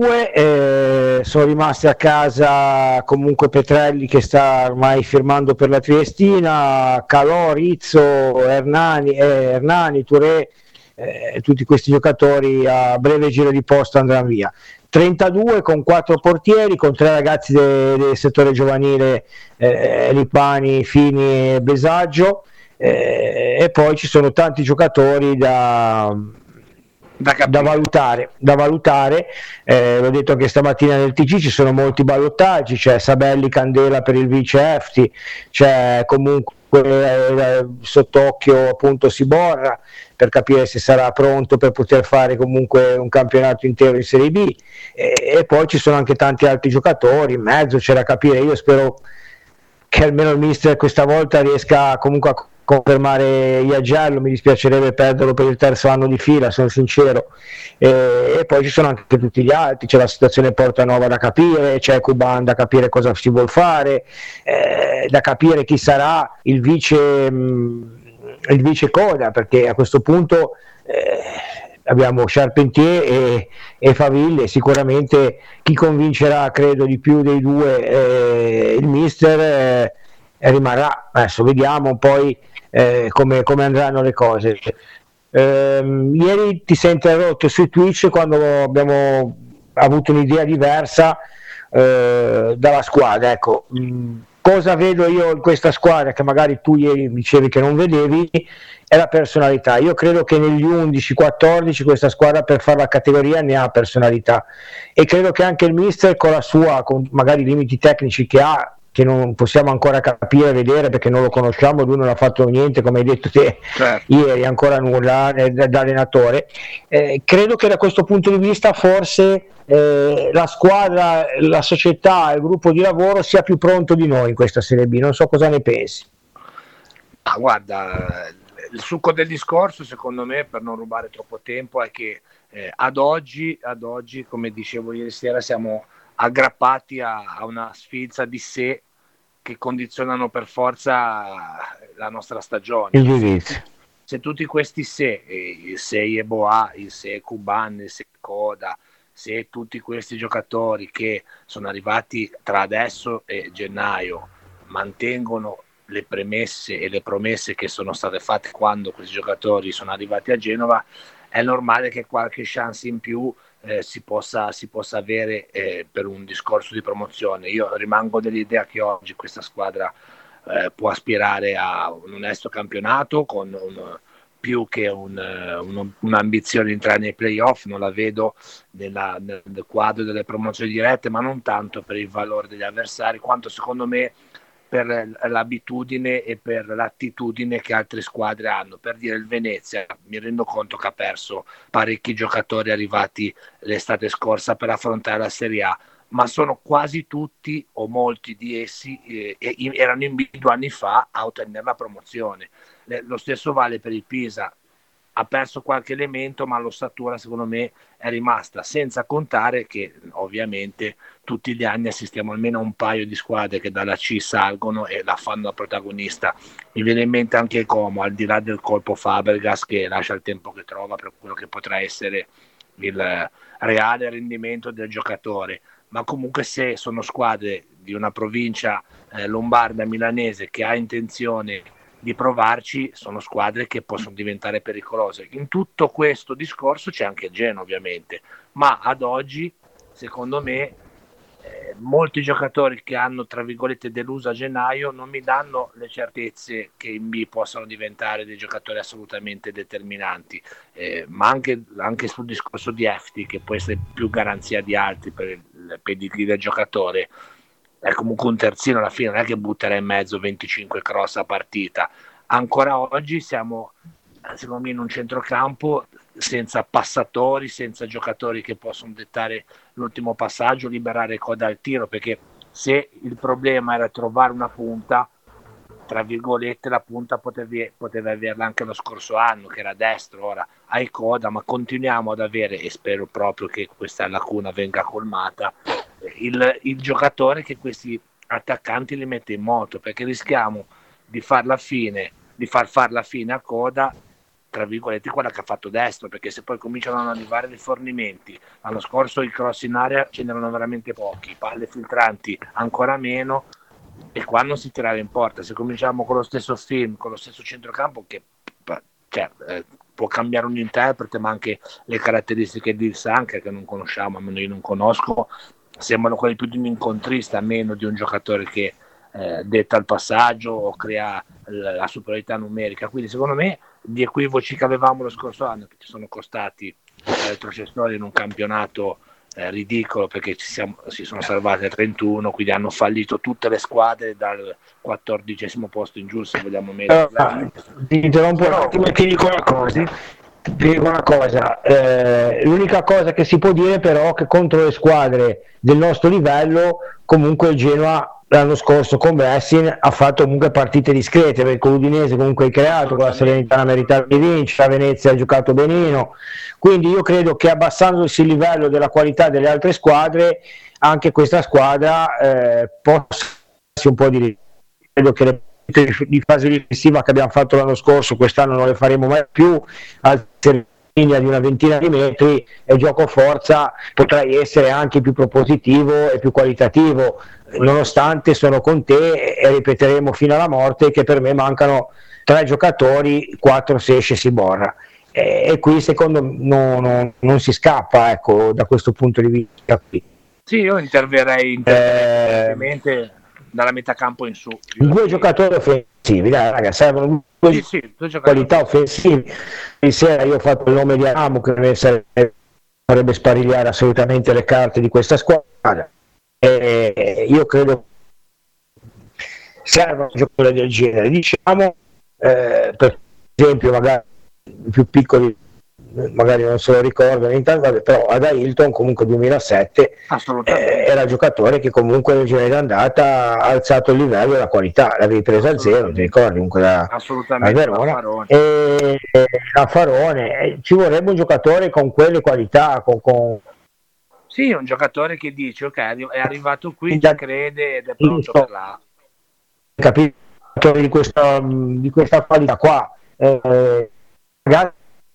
32, sono rimasti a casa comunque Petrelli che sta ormai firmando per la Triestina, Calò, Rizzo, Hernani, Touré, tutti questi giocatori a breve giro di posto andranno via. 32 con 4 portieri, con 3 ragazzi del settore giovanile, Lipani, Fini e Besaggio, e poi ci sono tanti giocatori da valutare. L'ho detto anche stamattina nel TG, ci sono molti ballottaggi, c'è Sabelli Candela per il vice EFTI, c'è comunque sott'occhio appunto Siborra per capire se sarà pronto per poter fare comunque un campionato intero in Serie B, e poi ci sono anche tanti altri giocatori in mezzo, c'è da capire. Io spero che almeno il mister questa volta riesca comunque a confermare Iagiello. Mi dispiacerebbe perderlo per il terzo anno di fila, sono sincero, e poi ci sono anche tutti gli altri, c'è la situazione Portanova da capire, c'è Cuban da capire cosa si vuol fare, da capire chi sarà il vice Coda, perché a questo punto abbiamo Charpentier e Faville. Sicuramente chi convincerà, credo, di più dei due il mister rimarrà. Adesso vediamo poi come andranno le cose. Ieri ti sei interrotto su Twitch quando abbiamo avuto un'idea diversa dalla squadra. Ecco, cosa vedo io in questa squadra che magari tu ieri dicevi che non vedevi, è la personalità. Io credo che negli 11-14 questa squadra, per fare la categoria, ne ha personalità, e credo che anche il mister, con la sua, con magari i limiti tecnici che ha, che non possiamo ancora capire e vedere perché non lo conosciamo, lui non ha fatto niente, come hai detto te, ieri, ancora nulla da allenatore, credo che da questo punto di vista forse la squadra, la società, il gruppo di lavoro sia più pronto di noi in questa Serie B. Non so cosa ne pensi. Guarda, il succo del discorso, secondo me, per non rubare troppo tempo, è che ad oggi, come dicevo ieri sera, siamo aggrappati a una sfilza di sé che condizionano per forza la nostra stagione. Il giudizio. Se tutti questi se, il se Yeboah, il se Cuban, il se Coda, se tutti questi giocatori che sono arrivati tra adesso e gennaio mantengono le premesse e le promesse che sono state fatte quando questi giocatori sono arrivati a Genova, è normale che qualche chance in più si possa avere per un discorso di promozione. Io rimango dell'idea che oggi questa squadra può aspirare a un onesto campionato con più che un'ambizione di entrare nei playoff. Non la vedo nel quadro delle promozioni dirette, ma non tanto per il valore degli avversari quanto, secondo me, per l'abitudine e per l'attitudine che altre squadre hanno. Per dire, il Venezia, mi rendo conto che ha perso parecchi giocatori arrivati l'estate scorsa per affrontare la Serie A, ma sono quasi tutti o molti di essi erano in B 2 anni fa a ottenere la promozione. Lo stesso vale per il Pisa, ha perso qualche elemento, ma l'ossatura secondo me è rimasta, senza contare che ovviamente tutti gli anni assistiamo almeno a un paio di squadre che dalla C salgono e la fanno da protagonista. Mi viene in mente anche Como, al di là del colpo Fabregas, che lascia il tempo che trova per quello che potrà essere il reale rendimento del giocatore, ma comunque se sono squadre di una provincia lombarda, milanese, che ha intenzione di provarci, sono squadre che possono diventare pericolose. In tutto questo discorso c'è anche Genoa, ovviamente, ma ad oggi, secondo me, molti giocatori che hanno, tra virgolette, deluso a gennaio non mi danno le certezze che in B possano diventare dei giocatori assolutamente determinanti, ma anche sul discorso di Efti, che può essere più garanzia di altri per il pedigree del giocatore. È comunque un terzino alla fine, non è che butterà in mezzo 25 cross a partita. Ancora oggi siamo, secondo me, in un centrocampo senza passatori, senza giocatori che possono dettare l'ultimo passaggio, liberare coda al tiro, perché se il problema era trovare una punta, tra virgolette, la punta potevi averla anche lo scorso anno, che era destro. Ora hai coda, ma continuiamo ad avere, e spero proprio che questa lacuna venga colmata, il giocatore che questi attaccanti li mette in moto, perché rischiamo di far far la fine a coda, tra virgolette, quella che ha fatto destro, perché se poi cominciano ad arrivare rifornimenti, l'anno scorso i cross in area ce n'erano veramente pochi, palle filtranti ancora meno, e qua non si tirava in porta. Se cominciamo con lo stesso film, con lo stesso centrocampo, che può cambiare un interprete, ma anche le caratteristiche di Sanca, che non conosciamo, almeno io non conosco, sembrano quelli più di un incontrista, meno di un giocatore che detta il passaggio o crea la superiorità numerica. Quindi secondo me gli equivoci che avevamo lo scorso anno, che ci sono costati retrocessori in un campionato ridicolo, perché si sono salvati a 31, quindi hanno fallito tutte le squadre dal 14° posto in giù, se vogliamo mettere. Ti interrompo un attimo e ti dico una cosa. L'unica cosa che si può dire però è che contro le squadre del nostro livello comunque il Genoa l'anno scorso con Blessing ha fatto comunque partite discrete, perché con l'Udinese comunque hai creato, con la Salernitana meritavi di vincere, la Venezia ha giocato benino, quindi io credo che abbassandosi il livello della qualità delle altre squadre anche questa squadra possa un po' di, credo che le di fase difensiva che abbiamo fatto l'anno scorso quest'anno non le faremo mai più, altre linea di una ventina di metri e gioco forza potrai essere anche più propositivo e più qualitativo, nonostante sono con te e ripeteremo fino alla morte che per me mancano 3 giocatori, 4 se esce Siborra e qui secondo me non si scappa, ecco, da questo punto di vista qui. Sì, io interverrei ovviamente dalla metà campo in su. 2 giocatori offensivi, dai raga, servono 2 qualità offensive. Ieri sera io ho fatto il nome di Amo che dovrebbe sparigliare assolutamente le carte di questa squadra. Io credo servono giocatori del genere. Diciamo, per esempio, magari i più piccoli magari non se lo ricordano, però Ada Hilton comunque 2007 era il giocatore che comunque nel girone d'andata ha alzato il livello e la qualità, l'avevi presa a 0, ti ricordi, comunque da Verona e a Farone ci vorrebbe un giocatore con quelle qualità, con... Sì, un giocatore che dice ok, è arrivato qui, ci crede ed è pronto per la... Capito di questa qualità qua, ragazzi,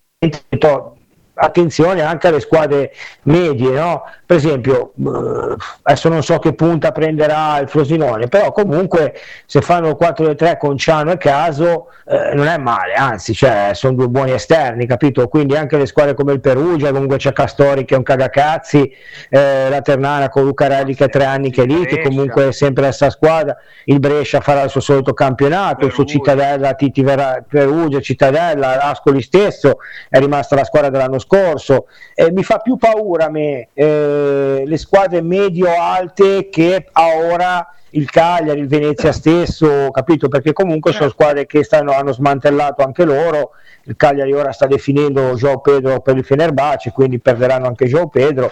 attenzione anche alle squadre medie, no? Per esempio adesso non so che punta prenderà il Frosinone, però comunque se fanno 4-3 con Ciano e Caso non è male, anzi, cioè, sono 2 buoni esterni, capito? Quindi anche le squadre come il Perugia, comunque c'è Castori che è un cagacazzi, la Ternana con Lucarelli che è 3 anni che è lì, che comunque è sempre la stessa squadra, il Brescia farà il suo solito campionato, il suo Cittadella, Titi verrà, Perugia, Cittadella, Ascoli stesso è rimasta la squadra dell'anno scorso, mi fa più paura a me le squadre medio-alte che a ora il Cagliari, il Venezia stesso, capito? Perché comunque sono squadre che hanno smantellato anche loro, il Cagliari ora sta definendo João Pedro per il Fenerbahce, quindi perderanno anche João Pedro,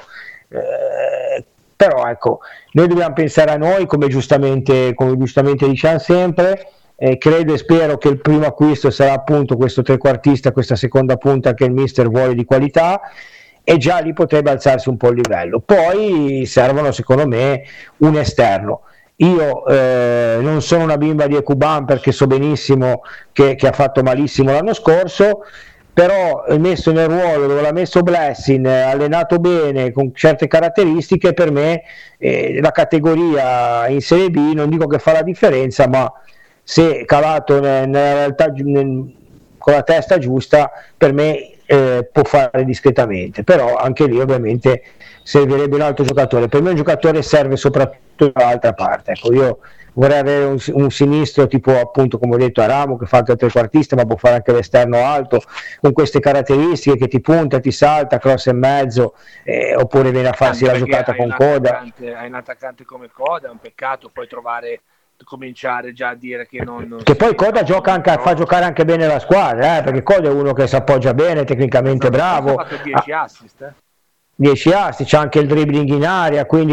però ecco, noi dobbiamo pensare a noi come giustamente diciamo sempre. Credo e spero che il primo acquisto sarà appunto questo trequartista, questa seconda punta che il mister vuole di qualità, e già lì potrebbe alzarsi un po' il livello. Poi servono secondo me un esterno. Io non sono una bimba di Ekuban perché so benissimo che ha fatto malissimo l'anno scorso, però messo nel ruolo dove l'ha messo Blessing, allenato bene con certe caratteristiche, per me la categoria in Serie B non dico che fa la differenza, ma se calato nella realtà con la testa giusta, per me può fare discretamente, però anche lì ovviamente servirebbe un altro giocatore. Per me un giocatore serve soprattutto dall'altra parte, ecco, io vorrei avere un sinistro tipo appunto come ho detto Aramo che fa anche il trequartista ma può fare anche l'esterno alto con queste caratteristiche, che ti punta, ti salta, cross in mezzo, oppure viene a farsi la giocata con Coda. Hai un attaccante come Coda, è un peccato poi cominciare già a dire che che poi Coda gioca anche, fa giocare anche bene la squadra, perché Coda è uno che si appoggia bene, tecnicamente bravo, ha fatto 10 assist 10 assist, c'è anche il dribbling in area, quindi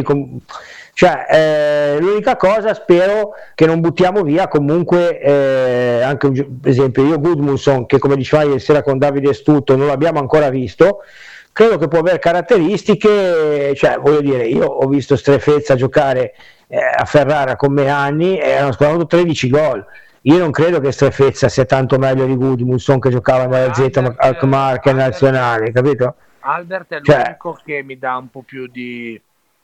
l'unica cosa, spero che non buttiamo via comunque anche per esempio io Gudmundsson, che come diceva ieri sera con Davide Stutto non l'abbiamo ancora visto, credo che può avere caratteristiche, cioè voglio dire, io ho visto Strefezza giocare a Ferrara con me anni e hanno scorato 13 gol. Io non credo che Strefezza sia tanto meglio di Gudmundsson che giocava nella Z Alkmaar che nazionale, capito? Albert è l'unico che mi dà un po' più di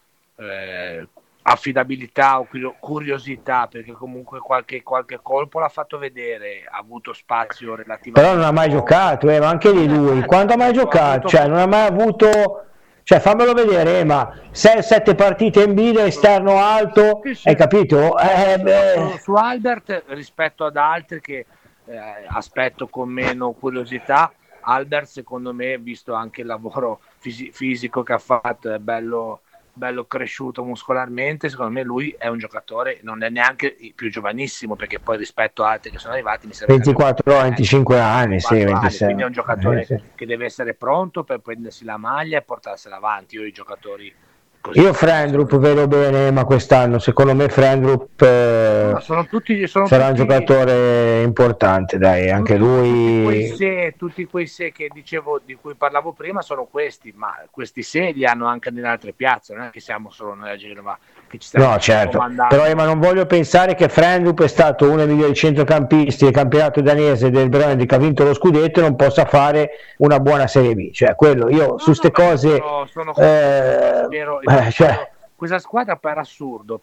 affidabilità o curiosità, perché comunque qualche colpo l'ha fatto vedere, ha avuto spazio relativamente, però non ha mai giocato, ma anche di lui quando ha mai giocato, cioè non ha mai avuto, cioè fammelo vedere, ma 6-7 partite in B esterno alto, sì. Hai capito? Su Albert rispetto ad altri che aspetto con meno curiosità, Albert secondo me, visto anche il lavoro fisico che ha fatto, è bello cresciuto muscolarmente, secondo me lui è un giocatore, non è neanche più giovanissimo, perché poi rispetto a altri che sono arrivati mi sembra 24 25 anni, sì, 26. Quindi è un giocatore che deve essere pronto per prendersi la maglia e portarsela avanti. Io i giocatori Così. Io Frendrup vedo bene, ma quest'anno secondo me Frendrup sarà un giocatore importante, dai, anche lui. Tutti quei se che dicevo, di cui parlavo prima, sono questi, ma questi se li hanno anche nelle altre piazze, non è che siamo solo noi a Genova che ci stiamo certo, comandando. però ma non voglio pensare che Frendrup è stato uno dei migliori centrocampisti del campionato danese del Brøndby che ha vinto lo scudetto e non possa fare una buona Serie B, cioè quello io su ste cose questa squadra per assurdo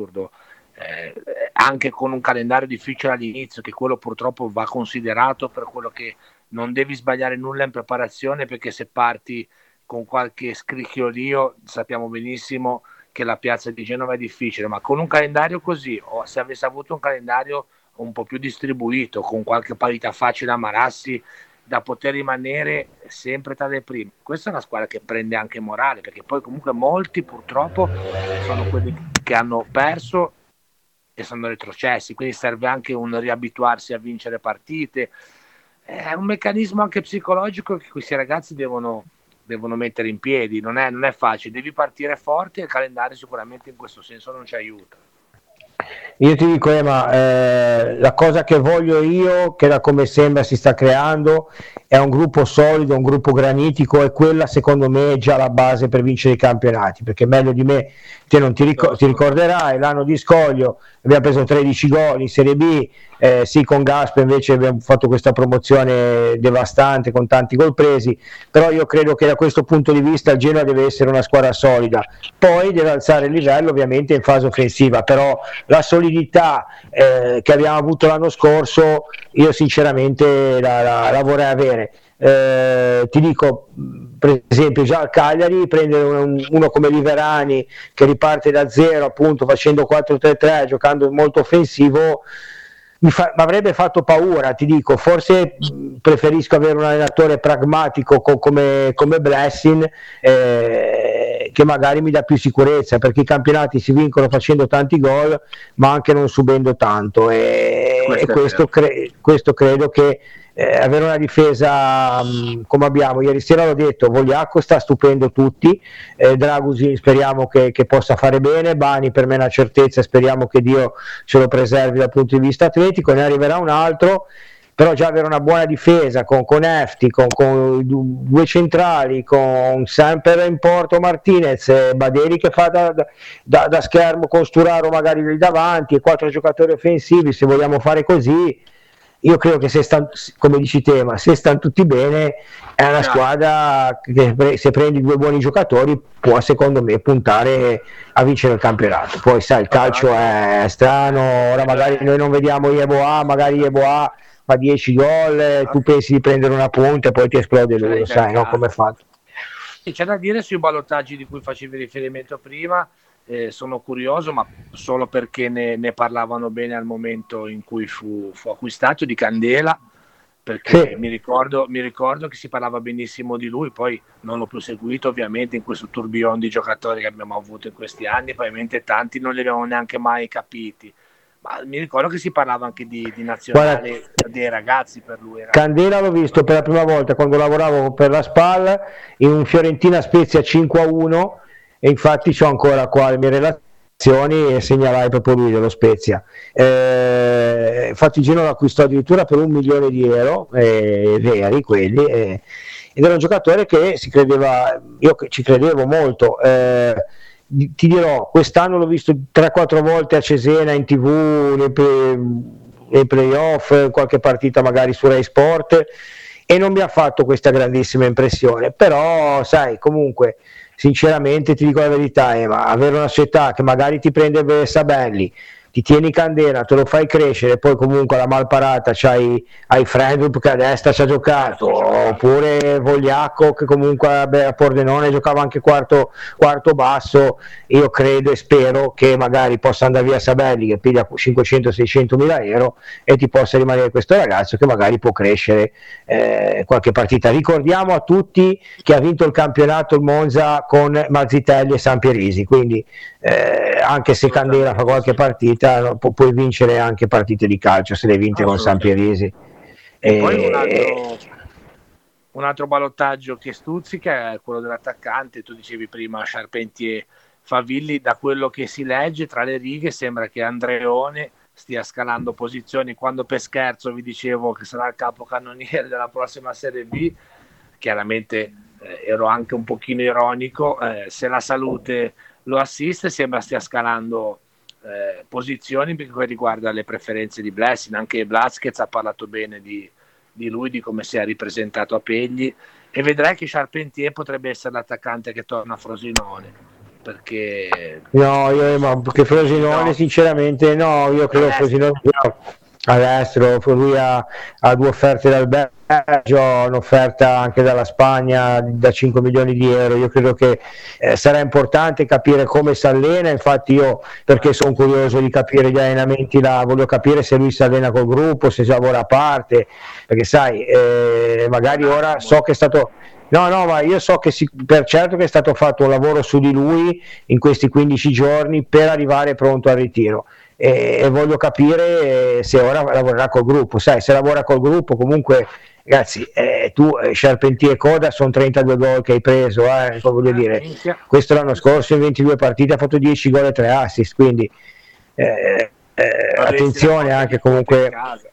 anche con un calendario difficile all'inizio, che quello purtroppo va considerato, per quello che non devi sbagliare nulla in preparazione, perché se parti con qualche scricchiolio sappiamo benissimo che la piazza di Genova è difficile, ma con un calendario così, o se avesse avuto un calendario un po' più distribuito, con qualche parità facile a Marassi, da poter rimanere sempre tra le prime. Questa è una squadra che prende anche morale, perché poi comunque molti purtroppo sono quelli che hanno perso e sono retrocessi, quindi serve anche un riabituarsi a vincere partite. È un meccanismo anche psicologico che questi ragazzi devono mettere in piedi, non è facile, devi partire forte e il calendario sicuramente in questo senso non ci aiuta. Io ti dico la cosa che voglio io, che da come sembra si sta creando, è un gruppo solido, un gruppo granitico, e quella secondo me è già la base per vincere i campionati, perché meglio di me te non ti ricorderai, l'anno di Scoglio abbiamo preso 13 gol in Serie B, sì, con Gasper invece abbiamo fatto questa promozione devastante con tanti gol presi, però io credo che da questo punto di vista il Genoa deve essere una squadra solida, poi deve alzare il livello ovviamente in fase offensiva, però la solidità che abbiamo avuto l'anno scorso io sinceramente la vorrei avere. Ti dico, per esempio già al Cagliari prendere uno come Liverani che riparte da zero, appunto facendo 4-3-3, giocando molto offensivo, mi avrebbe fatto paura, ti dico, forse preferisco avere un allenatore pragmatico come Blessing, che magari mi dà più sicurezza, perché i campionati si vincono facendo tanti gol ma anche non subendo tanto, e questo credo che avere una difesa come abbiamo, ieri sera l'ho detto, Vogliacco sta stupendo tutti, Dragusin speriamo che possa fare bene, Bani per me è una certezza, speriamo che Dio ce lo preservi dal punto di vista atletico, ne arriverà un altro, però già avere una buona difesa con Efti, con due centrali, con sempre in porto Martinez, Baderi che fa da schermo con Sturaro magari lì davanti, e 4 giocatori offensivi, se vogliamo fare così. Io credo che come dici te, ma se stanno tutti bene è una squadra che se prendi 2 buoni giocatori può secondo me puntare a vincere il campionato. Poi sai, il calcio è strano, ora magari noi non vediamo Yeboah, magari Yeboah fa 10 gol, tu pensi di prendere una punta e poi ti esplode lui, sai, no? Come è fatto. C'è da dire sui ballottaggi di cui facevi riferimento prima. Sono curioso, ma solo perché ne parlavano bene al momento in cui fu acquistato, di Candela, perché mi ricordo che si parlava benissimo di lui, poi non l'ho più seguito ovviamente in questo tourbillon di giocatori che abbiamo avuto in questi anni, probabilmente tanti non li abbiamo neanche mai capiti, ma mi ricordo che si parlava anche di nazionale. Guarda, dei ragazzi per lui. Candela l'ho visto per la prima volta quando lavoravo per la SPAL in un Fiorentina Spezia 5-1, e infatti c'ho ancora qua le mie relazioni e segnalai proprio lui dello Spezia. Infatti Genoa l'acquistò addirittura per €1 milione, veri quelli, ed era un giocatore che si credeva, io ci credevo molto. Ti dirò, quest'anno l'ho visto 3-4 volte a Cesena in TV, nei playoff, qualche partita magari su Rai Sport, e non mi ha fatto questa grandissima impressione, però sai, comunque sinceramente ti dico la verità, ma avere una società che magari ti prende Sabelli, ti tieni Candela, te lo fai crescere, poi comunque alla malparata hai Frendrup che a destra ci ha giocato, oppure Vogliacco che comunque a Pordenone giocava anche quarto basso. Io credo e spero che magari possa andare via Sabelli che piglia 500-600 mila euro e ti possa rimanere questo ragazzo che magari può crescere qualche partita. Ricordiamo a tutti che ha vinto il campionato il Monza con Mazzitelli e Sampierisi, quindi anche se Candela fa qualche partita puoi vincere anche partite di calcio se le vinte con Sampierisi. E poi un altro ballottaggio che stuzzica è quello dell'attaccante. Tu dicevi prima Charpentier, Favilli, da quello che si legge tra le righe, sembra che Andreone stia scalando posizioni. Quando per scherzo vi dicevo che sarà il capocannoniere della prossima Serie B, chiaramente ero anche un pochino ironico, se la salute lo assiste sembra stia scalando posizioni per quanto riguarda le preferenze di Blessing. Anche Blazquez ha parlato bene di lui, di come si è ripresentato a Pegli, e vedrai che Charpentier potrebbe essere l'attaccante che torna a Frosinone, perché perché Frosinone sinceramente io credo Frosinone all'estero, lui ha 2 offerte dal Belgio, un'offerta anche dalla Spagna da 5 milioni di euro. Io credo che sarà importante capire come si allena, infatti io, perché sono curioso di capire gli allenamenti là, voglio capire se lui si allena col gruppo, se lavora a parte, perché sai, magari ora so che è stato ma io so che per certo che è stato fatto un lavoro su di lui in questi 15 giorni per arrivare pronto al ritiro, e voglio capire se ora lavorerà col gruppo. Sai, se lavora col gruppo comunque, ragazzi, tu Charpentier e Coda sono 32 gol che hai preso, voglio dire, questo l'anno scorso in 22 partite ha fatto 10 gol e 3 assist, quindi attenzione anche comunque.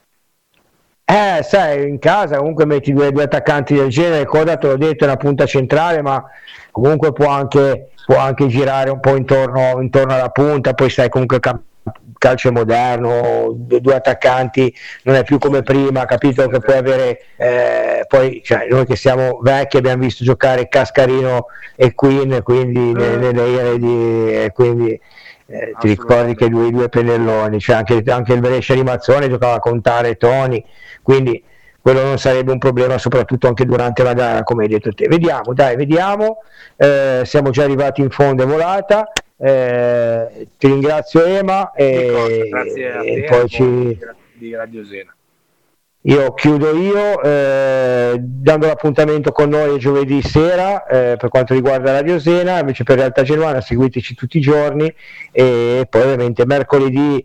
Sai, in casa comunque metti due attaccanti del genere. Coda, te l'ho detto, è una punta centrale, ma comunque può anche girare un po' intorno alla punta. Poi sai, comunque calcio moderno, 2 attaccanti non è più come prima, capito, che puoi avere poi, cioè, noi che siamo vecchi abbiamo visto giocare Cascarino e Queen, quindi quindi ti ricordi che lui 2 pennelloni, cioè anche il Brescia di Mazzone giocava con Tare e Toni, quindi quello non sarebbe un problema, soprattutto anche durante la gara, come hai detto te. Vediamo, siamo già arrivati in fondo e volata. Ti ringrazio Ema e poi di Radio Zena. Io chiudo dando l'appuntamento con noi giovedì sera per quanto riguarda Radio Zena, invece per Realtà Genuana seguiteci tutti i giorni, e poi ovviamente mercoledì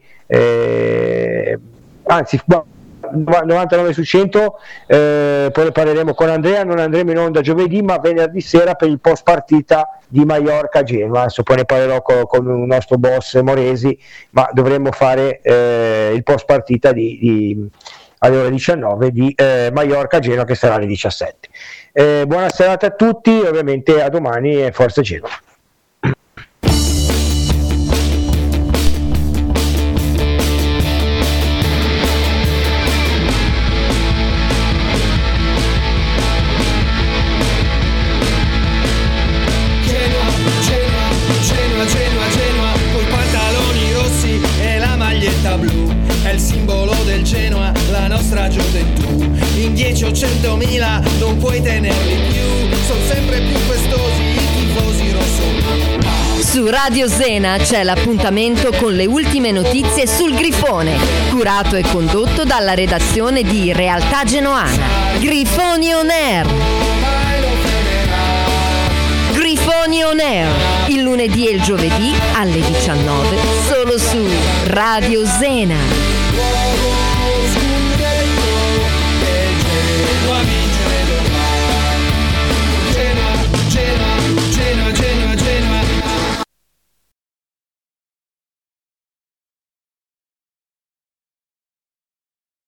99 su 100, poi ne parleremo con Andrea. Non andremo in onda giovedì ma venerdì sera per il post partita di Mallorca Genoa. Adesso poi ne parlerò con il nostro boss Moresi, ma dovremmo fare il post partita alle ore 19 di Mallorca Genoa, che sarà alle 17. Buona serata a tutti, ovviamente a domani e forza Genoa. Blu è il simbolo del Genoa, la nostra gioventù. In 10 o 100.000 non puoi tenerli più, sono sempre più festosi i tifosi rossoneri. Su Radio Zena c'è l'appuntamento con le ultime notizie sul Grifone, curato e condotto dalla redazione di Realtà Genoana. Grifoni On Air. Grifoni On Air, il lunedì e il giovedì alle 19, solo su Radio Zena.